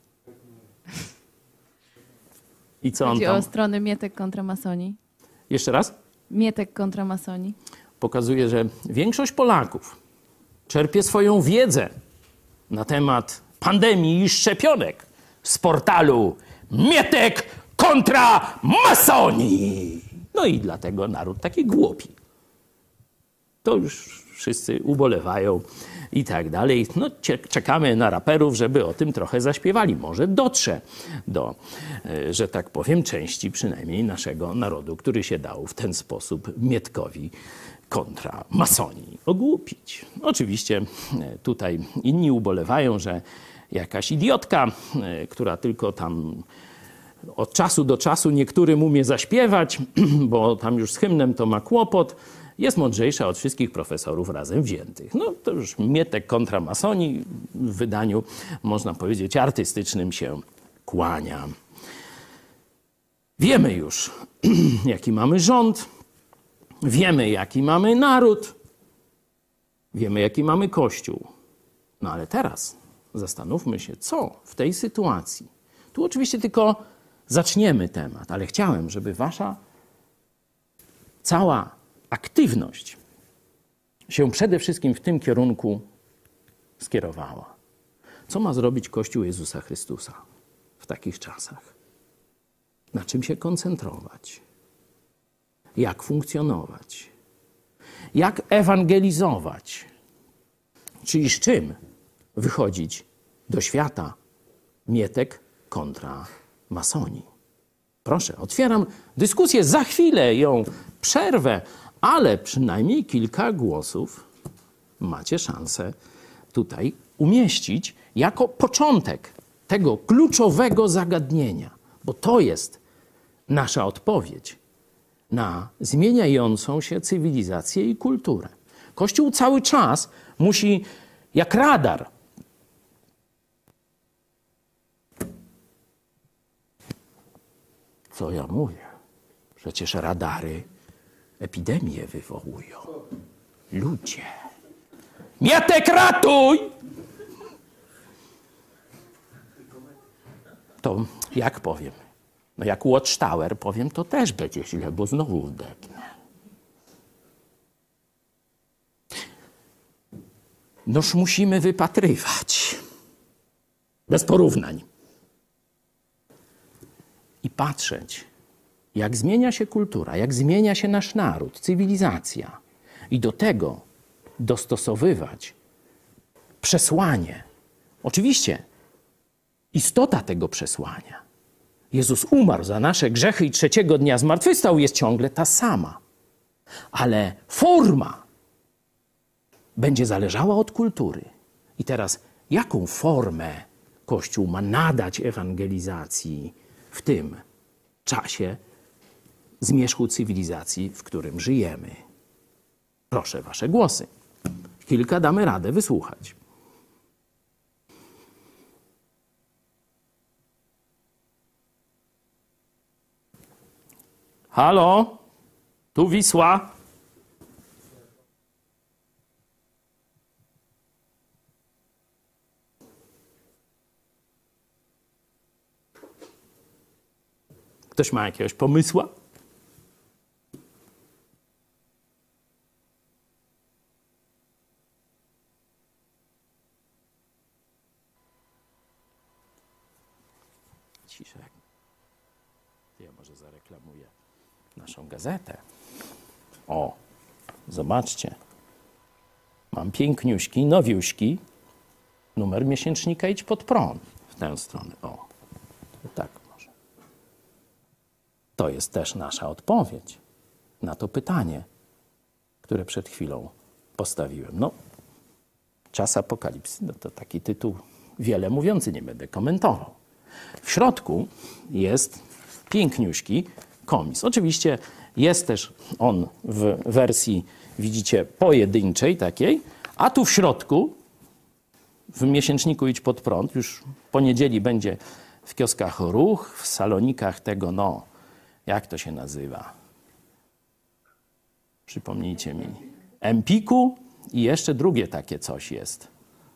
I co on Chodzi tam? o strony Mietek kontra masoni. Jeszcze raz? Mietek kontra masoni. Pokazuje, że większość Polaków czerpie swoją wiedzę na temat pandemii i szczepionek z portalu Mietek kontra masoni. No i dlatego naród taki głupi. To już wszyscy ubolewają i tak dalej. No, czekamy na raperów, żeby o tym trochę zaśpiewali. Może dotrze do, że tak powiem, części przynajmniej naszego narodu, który się dał w ten sposób Mietkowi kontra masonii ogłupić. Oczywiście tutaj inni ubolewają, że jakaś idiotka, która tylko tam od czasu do czasu niektórym umie zaśpiewać, bo tam już z hymnem to ma kłopot, jest mądrzejsza od wszystkich profesorów razem wziętych. No to już Mietek kontra masoni w wydaniu, można powiedzieć, artystycznym się kłania. Wiemy już, jaki mamy rząd, wiemy, jaki mamy naród, wiemy, jaki mamy Kościół. No ale teraz zastanówmy się, co w tej sytuacji. Tu oczywiście tylko zaczniemy temat, ale chciałem, żeby wasza cała aktywność się przede wszystkim w tym kierunku skierowała. Co ma zrobić Kościół Jezusa Chrystusa w takich czasach? Na czym się koncentrować? Jak funkcjonować? Jak ewangelizować? Czyli z czym wychodzić do świata? Mietek kontra masoni. Proszę, otwieram dyskusję, za chwilę ją przerwę, ale przynajmniej kilka głosów macie szansę tutaj umieścić jako początek tego kluczowego zagadnienia, bo to jest nasza odpowiedź na zmieniającą się cywilizację i kulturę. Kościół cały czas musi, jak radar, co ja mówię? Przecież radary epidemię wywołują. Ludzie. Mietek, ratuj! To jak powiem? No jak Watchtower powiem, to też będzie źle, bo znowu wdepnę. Noż musimy wypatrywać. Bez porównań. I patrzeć, jak zmienia się kultura, jak zmienia się nasz naród, cywilizacja. I do tego dostosowywać przesłanie. Oczywiście istota tego przesłania. Jezus umarł za nasze grzechy i trzeciego dnia zmartwychwstał, jest ciągle ta sama. Ale forma będzie zależała od kultury. I teraz jaką formę Kościół ma nadać ewangelizacji w tym czasie zmierzchu cywilizacji, w którym żyjemy? Proszę, wasze głosy. Kilka damy radę wysłuchać. Halo? Tu Wisła? Ktoś ma jakiegoś pomysła? Ciszek. Ja może zareklamuję naszą gazetę. O, zobaczcie. Mam piękniuśki, nowiuśki. Numer miesięcznika Idź Pod Prąd. W tę stronę. O, tak może. To jest też nasza odpowiedź na to pytanie, które przed chwilą postawiłem. No, Czas apokalipsy, no to taki tytuł wiele mówiący, nie będę komentował. W środku jest piękniuśki komis. Oczywiście jest też on w wersji, widzicie, pojedynczej takiej, a tu w środku, w miesięczniku Idź Pod Prąd, już po niedzieli będzie w kioskach Ruch, w salonikach tego, no, jak to się nazywa? Przypomnijcie mi. Empiku i jeszcze drugie takie coś jest.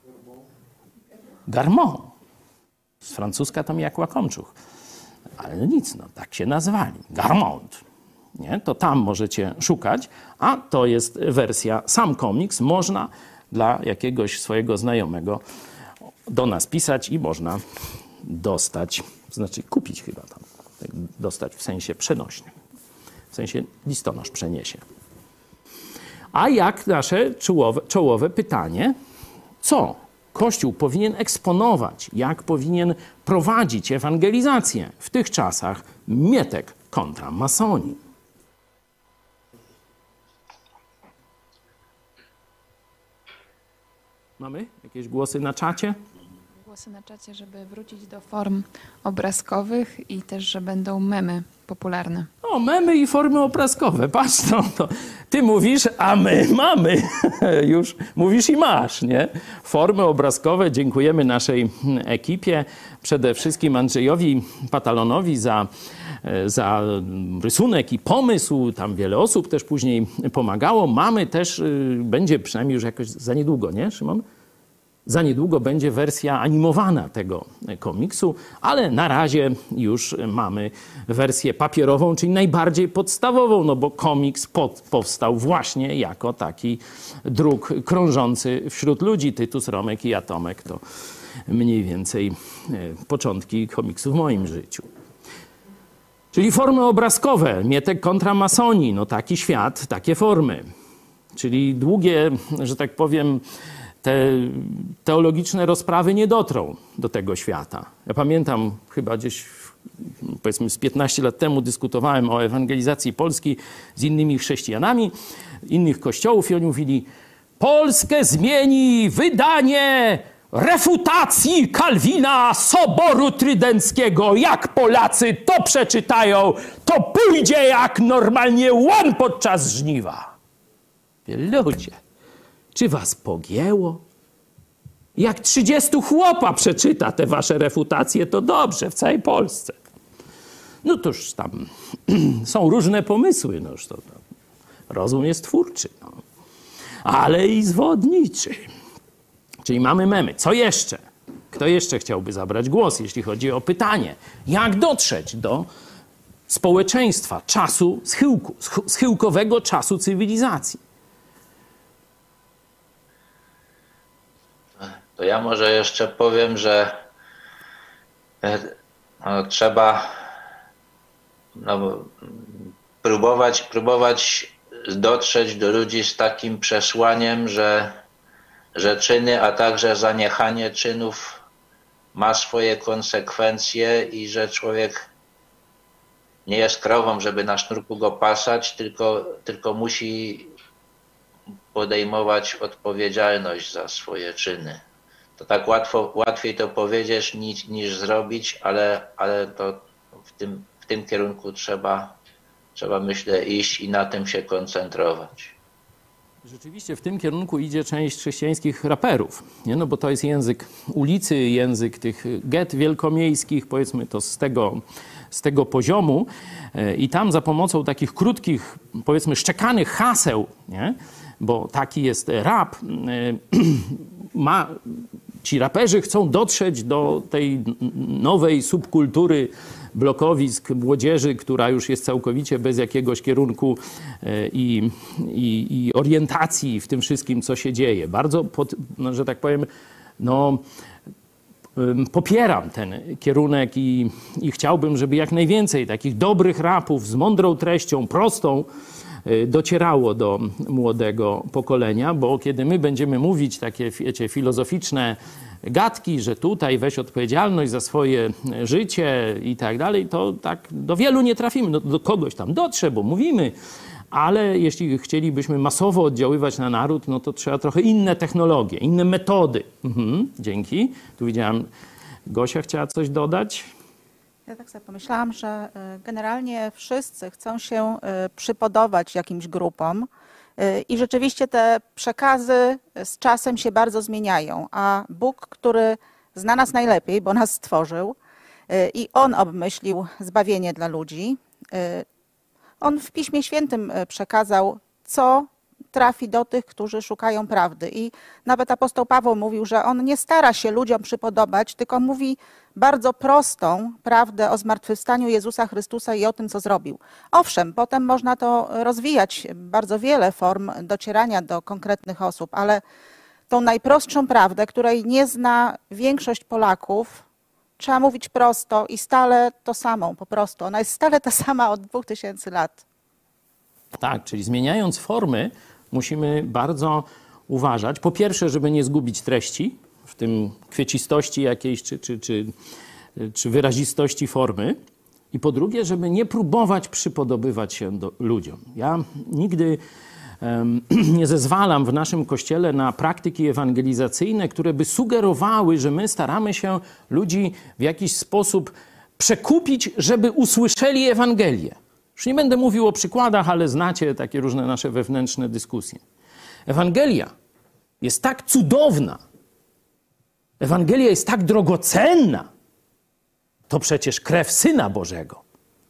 Garmon. Z francuska to mi jak łakomczuch. Ale nic, no tak się nazwali. Garmont. Nie? To tam możecie szukać, a to jest wersja, sam komiks można dla jakiegoś swojego znajomego do nas pisać i można dostać, znaczy kupić chyba tam, dostać w sensie przenośnym, w sensie listonosz przeniesie. A jak nasze czołowe pytanie, co Kościół powinien eksponować, jak powinien prowadzić ewangelizację w tych czasach mietek kontra masonii? Mamy jakieś głosy na czacie? Głosy na czacie, żeby wrócić do form obrazkowych i też, że będą memy popularne. O, memy i formy obrazkowe. Patrz, no to ty mówisz, a my mamy. Już mówisz i masz, nie? Formy obrazkowe. Dziękujemy naszej ekipie. Przede wszystkim Andrzejowi Patalonowi za rysunek i pomysł. Tam wiele osób też później pomagało. Mamy też, będzie przynajmniej już jakoś za niedługo, nie, Szymon? Za niedługo będzie wersja animowana tego komiksu, ale na razie już mamy wersję papierową, czyli najbardziej podstawową, no bo komiks powstał właśnie jako taki druk krążący wśród ludzi. Tytus, Romek i Atomek to mniej więcej początki komiksu w moim życiu. Czyli formy obrazkowe, Mietek kontra masoni, no taki świat, takie formy. Czyli długie, że tak powiem, te teologiczne rozprawy nie dotrą do tego świata. Ja pamiętam chyba gdzieś, powiedzmy z 15 lat temu dyskutowałem o ewangelizacji Polski z innymi chrześcijanami, innych kościołów i oni mówili: Polskę zmieni wydanie refutacji Kalwina Soboru Trydenckiego. Jak Polacy to przeczytają, to pójdzie jak normalnie łan podczas żniwa. Ludzie, czy was pogięło? Jak 30 chłopa przeczyta te wasze refutacje, to dobrze, w całej Polsce. No to już tam są różne pomysły, no już to rozum jest twórczy, no. Ale i zwodniczy. Czyli mamy memy. Co jeszcze? Kto jeszcze chciałby zabrać głos, jeśli chodzi o pytanie? Jak dotrzeć do społeczeństwa czasu schyłku, schyłkowego czasu cywilizacji? To ja może jeszcze powiem, że trzeba próbować dotrzeć do ludzi z takim przesłaniem, że czyny, a także zaniechanie czynów ma swoje konsekwencje i że człowiek nie jest krową, żeby na sznurku go pasać, tylko musi podejmować odpowiedzialność za swoje czyny. To tak łatwiej to powiedzieć niż zrobić, ale to w tym kierunku trzeba, myślę, iść i na tym się koncentrować. Rzeczywiście w tym kierunku idzie część chrześcijańskich raperów, nie? No bo to jest język ulicy, język tych get wielkomiejskich, powiedzmy to z tego poziomu i tam za pomocą takich krótkich, powiedzmy szczekanych haseł, nie? Bo taki jest rap, ci raperzy chcą dotrzeć do tej nowej subkultury blokowisk młodzieży, która już jest całkowicie bez jakiegoś kierunku i orientacji w tym wszystkim, co się dzieje. Bardzo, że tak powiem, no, popieram ten kierunek i chciałbym, żeby jak najwięcej takich dobrych rapów z mądrą treścią, prostą, docierało do młodego pokolenia, bo kiedy my będziemy mówić takie, wiecie, filozoficzne gadki, że tutaj weź odpowiedzialność za swoje życie i tak dalej, to tak do wielu nie trafimy. No, do kogoś tam dotrze, bo mówimy, ale jeśli chcielibyśmy masowo oddziaływać na naród, no to trzeba trochę inne technologie, inne metody. Dzięki. Tu widziałam, Gosia chciała coś dodać. Ja tak sobie pomyślałam, że generalnie wszyscy chcą się przypodobać jakimś grupom i rzeczywiście te przekazy z czasem się bardzo zmieniają, a Bóg, który zna nas najlepiej, bo nas stworzył i On obmyślił zbawienie dla ludzi, On w Piśmie Świętym przekazał, co trafi do tych, którzy szukają prawdy. I nawet apostoł Paweł mówił, że on nie stara się ludziom przypodobać, tylko mówi bardzo prostą prawdę o zmartwychwstaniu Jezusa Chrystusa i o tym, co zrobił. Owszem, potem można to rozwijać, bardzo wiele form docierania do konkretnych osób, ale tą najprostszą prawdę, której nie zna większość Polaków, trzeba mówić prosto i stale to samą, po prostu. Ona jest stale ta sama od 2000 lat. Tak, czyli zmieniając formy, musimy bardzo uważać. Po pierwsze, żeby nie zgubić treści, w tym kwiecistości jakiejś czy wyrazistości formy. I po drugie, żeby nie próbować przypodobywać się ludziom. Ja nigdy nie zezwalam w naszym Kościele na praktyki ewangelizacyjne, które by sugerowały, że my staramy się ludzi w jakiś sposób przekupić, żeby usłyszeli Ewangelię. Już nie będę mówił o przykładach, ale znacie takie różne nasze wewnętrzne dyskusje. Ewangelia jest tak cudowna. Ewangelia jest tak drogocenna. To przecież krew Syna Bożego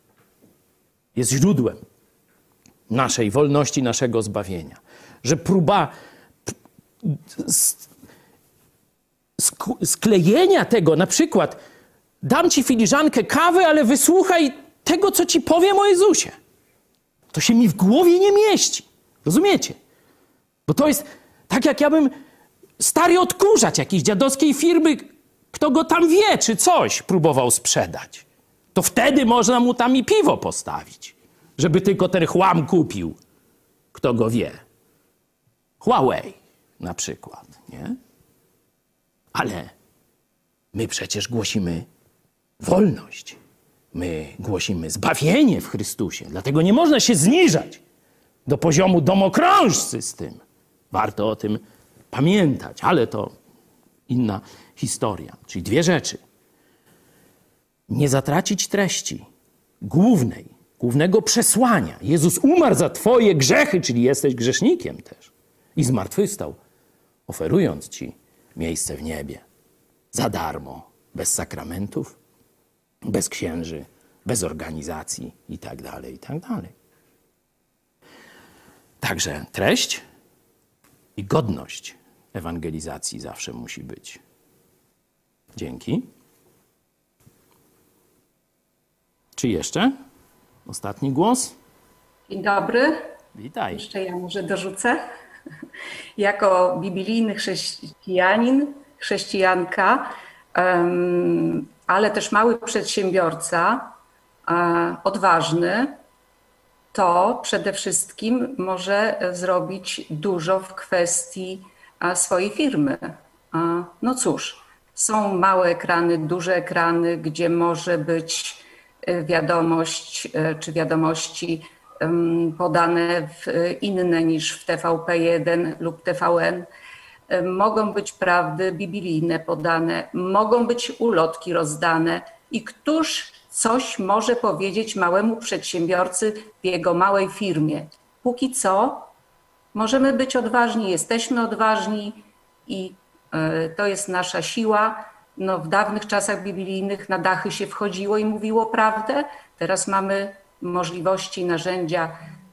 jest źródłem naszej wolności, naszego zbawienia. Że próba sklejenia tego, na przykład dam ci filiżankę kawy, ale wysłuchaj tego, co ci powiem o Jezusie. To się mi w głowie nie mieści. Rozumiecie? Bo to jest tak, jak ja bym stary odkurzacz jakiejś dziadowskiej firmy, kto go tam wie, czy coś próbował sprzedać. To wtedy można mu tam i piwo postawić, żeby tylko ten chłam kupił, kto go wie. Huawei na przykład, nie? Ale my przecież głosimy wolność. My głosimy zbawienie w Chrystusie. Dlatego nie można się zniżać do poziomu domokrążcy z tym. Warto o tym pamiętać, ale to inna historia. Czyli dwie rzeczy. Nie zatracić treści głównego przesłania. Jezus umarł za twoje grzechy, czyli jesteś grzesznikiem też. I zmartwychwstał, oferując ci miejsce w niebie. Za darmo, bez sakramentów, bez księży, bez organizacji i tak dalej, i tak dalej. Także treść i godność ewangelizacji zawsze musi być. Dzięki. Czy jeszcze? Ostatni głos? Dzień dobry. Witaj. Jeszcze ja może dorzucę. Jako biblijny chrześcijanin, chrześcijanka, ale też mały przedsiębiorca, odważny, to przede wszystkim może zrobić dużo w kwestii swojej firmy. No cóż, są małe ekrany, duże ekrany, gdzie może być wiadomość czy wiadomości podane inne niż w TVP1 lub TVN. Mogą być prawdy biblijne podane, mogą być ulotki rozdane i któż coś może powiedzieć małemu przedsiębiorcy w jego małej firmie. Póki co możemy być odważni, jesteśmy odważni i to jest nasza siła. No, w dawnych czasach biblijnych na dachy się wchodziło i mówiło prawdę. Teraz mamy możliwości, narzędzia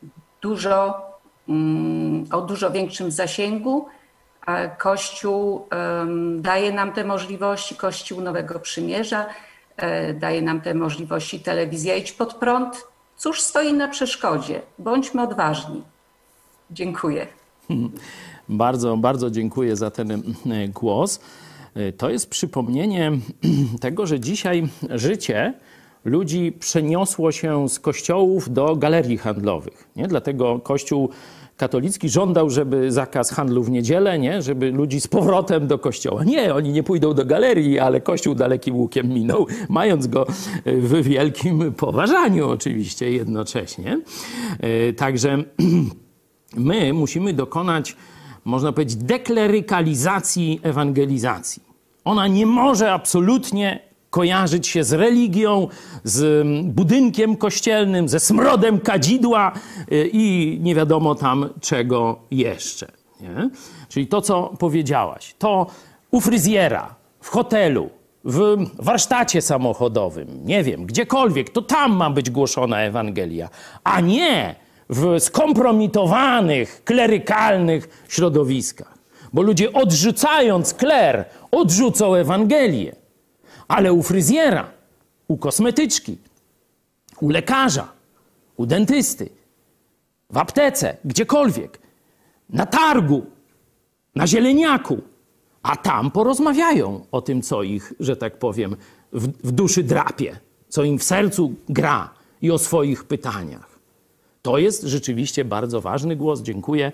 o dużo większym zasięgu. Kościół daje nam te możliwości, Kościół Nowego Przymierza daje nam te możliwości, telewizja Idź Pod Prąd. Cóż stoi na przeszkodzie? Bądźmy odważni. Dziękuję. Bardzo, bardzo dziękuję za ten głos. To jest przypomnienie tego, że dzisiaj życie ludzi przeniosło się z kościołów do galerii handlowych. Nie? Dlatego Kościół katolicki żądał, żeby zakaz handlu w niedzielę, nie? Żeby ludzi z powrotem do kościoła. Nie, oni nie pójdą do galerii, ale Kościół dalekim łukiem minął, mając go w wielkim poważaniu oczywiście jednocześnie. Także my musimy dokonać, można powiedzieć, deklerykalizacji ewangelizacji. Ona nie może absolutnie kojarzyć się z religią, z budynkiem kościelnym, ze smrodem kadzidła i nie wiadomo tam czego jeszcze. Nie? Czyli to, co powiedziałaś, to u fryzjera, w hotelu, w warsztacie samochodowym, nie wiem, gdziekolwiek, to tam ma być głoszona Ewangelia, a nie w skompromitowanych, klerykalnych środowiskach. Bo ludzie odrzucając kler, odrzucą Ewangelię. Ale u fryzjera, u kosmetyczki, u lekarza, u dentysty, w aptece, gdziekolwiek, na targu, na zieleniaku, a tam porozmawiają o tym, co ich, że tak powiem, w duszy drapie, co im w sercu gra i o swoich pytaniach. To jest rzeczywiście bardzo ważny głos. Dziękuję.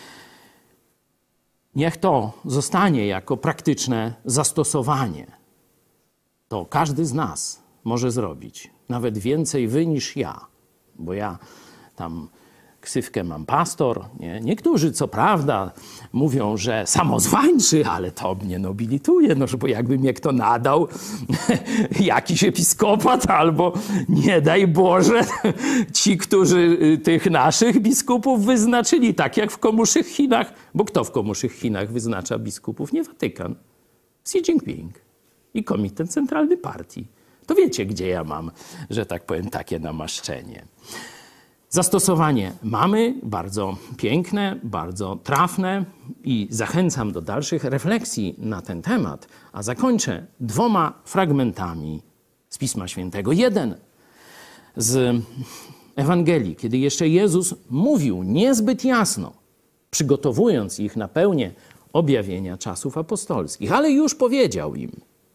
Niech to zostanie jako praktyczne zastosowanie. To każdy z nas może zrobić. Nawet więcej wy niż ja. Bo ja tam ksywkę mam pastor. Nie? Niektórzy co prawda mówią, że samozwańczy, ale to mnie nobilituje. No, bo jakby mnie kto nadał, jakiś episkopat albo nie daj Boże, ci, którzy tych naszych biskupów wyznaczyli, tak jak w komuszych Chinach. Bo kto w komuszych Chinach wyznacza biskupów? Nie Watykan. Xi Jinping i Komitet Centralny Partii. To wiecie, gdzie ja mam, że tak powiem, takie namaszczenie. Zastosowanie mamy bardzo piękne, bardzo trafne i zachęcam do dalszych refleksji na ten temat, a zakończę 2 fragmentami z Pisma Świętego. Jeden z Ewangelii, kiedy jeszcze Jezus mówił niezbyt jasno, przygotowując ich na pełnię objawienia czasów apostolskich, ale już powiedział im: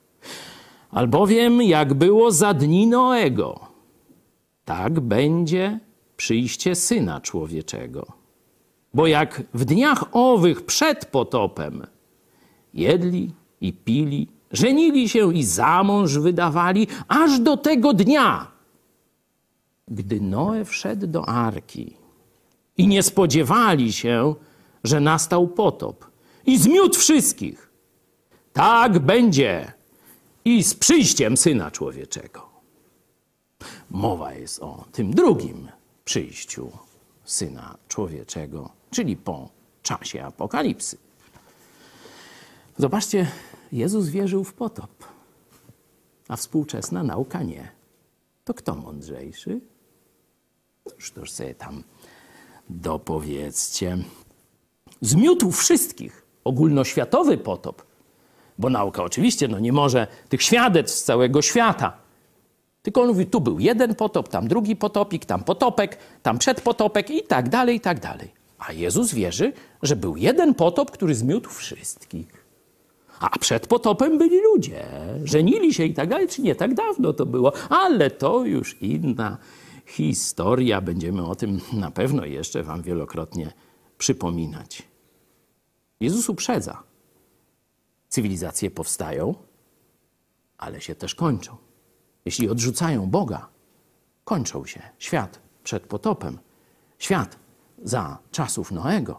albowiem jak było za dni Noego, tak będzie przyjście Syna Człowieczego. Bo jak w dniach owych przed potopem jedli i pili, żenili się i za mąż wydawali, aż do tego dnia, gdy Noe wszedł do arki i nie spodziewali się, że nastał potop i zmiótł wszystkich, tak będzie i z przyjściem Syna Człowieczego. Mowa jest o tym drugim przyjściu Syna Człowieczego, czyli po czasie apokalipsy. Zobaczcie, Jezus wierzył w potop, a współczesna nauka nie. To kto mądrzejszy? Już to sobie tam dopowiedzcie. Zmiótł wszystkich. Ogólnoświatowy potop, bo nauka oczywiście nie może tych świadectw z całego świata. Tylko on mówi, tu był jeden potop, tam drugi potopik, tam potopek, tam przedpotopek i tak dalej, i tak dalej. A Jezus wierzy, że był jeden potop, który zmiótł wszystkich. A przed potopem byli ludzie, żenili się i tak dalej, czy nie tak dawno to było, ale to już inna historia. Będziemy o tym na pewno jeszcze wam wielokrotnie przypominać. Jezus uprzedza. Cywilizacje powstają, ale się też kończą. Jeśli odrzucają Boga, kończą się. Świat przed potopem, świat za czasów Noego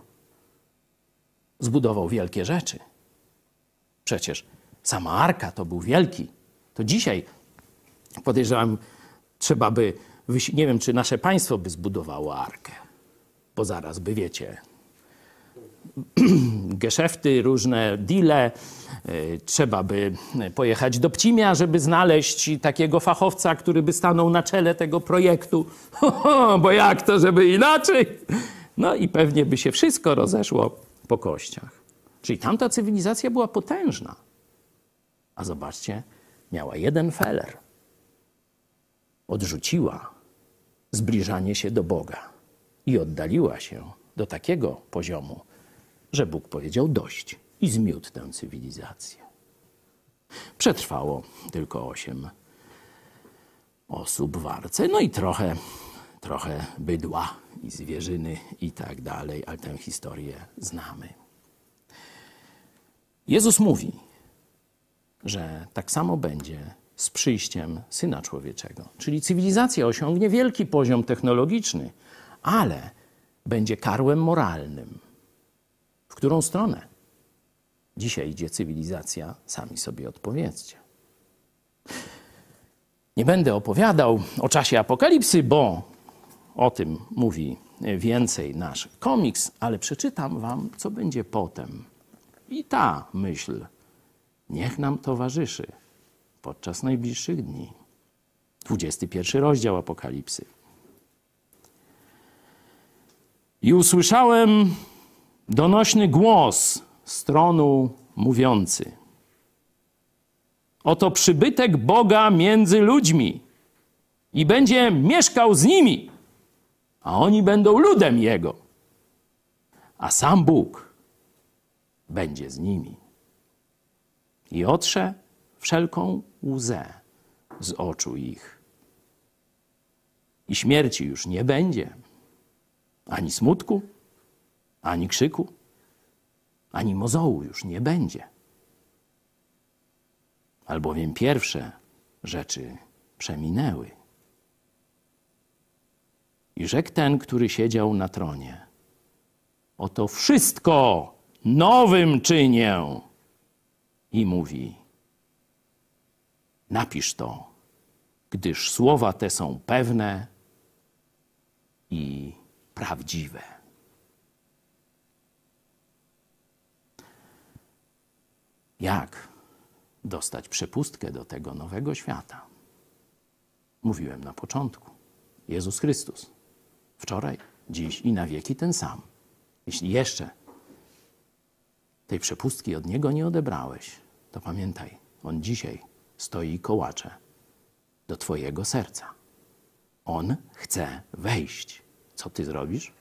zbudował wielkie rzeczy. Przecież sama arka to był wielki. To dzisiaj podejrzewam, trzeba by, nie wiem, czy nasze państwo by zbudowało arkę, bo zaraz by, wiecie, geszefty, różne deale, trzeba by pojechać do Pcimia, żeby znaleźć takiego fachowca, który by stanął na czele tego projektu. Bo jak to, żeby inaczej? No i pewnie by się wszystko rozeszło po kościach. Czyli tamta cywilizacja była potężna. A zobaczcie, miała jeden feler. Odrzuciła zbliżanie się do Boga i oddaliła się do takiego poziomu, że Bóg powiedział dość i zmiótł tę cywilizację. Przetrwało tylko 8 osób w arce, no i trochę bydła i zwierzyny i tak dalej, ale tę historię znamy. Jezus mówi, że tak samo będzie z przyjściem Syna Człowieczego. Czyli cywilizacja osiągnie wielki poziom technologiczny, ale będzie karłem moralnym. W którą stronę dzisiaj idzie cywilizacja? Sami sobie odpowiedzcie. Nie będę opowiadał o czasie apokalipsy, bo o tym mówi więcej nasz komiks, ale przeczytam wam, co będzie potem. I ta myśl niech nam towarzyszy podczas najbliższych dni. 21 rozdział Apokalipsy. I usłyszałem donośny głos z tronu mówiący: oto przybytek Boga między ludźmi i będzie mieszkał z nimi, a oni będą ludem Jego, a sam Bóg będzie z nimi. I otrze wszelką łzę z oczu ich. I śmierci już nie będzie, ani smutku, ani krzyku, ani mozołu już nie będzie. Albowiem pierwsze rzeczy przeminęły. I rzekł ten, który siedział na tronie: oto wszystko nowym czynię. I mówi: napisz to, gdyż słowa te są pewne i prawdziwe. Jak dostać przepustkę do tego nowego świata? Mówiłem na początku. Jezus Chrystus. Wczoraj, dziś i na wieki ten sam. Jeśli jeszcze tej przepustki od Niego nie odebrałeś, to pamiętaj, On dzisiaj stoi i kołacze do twojego serca. On chce wejść. Co ty zrobisz?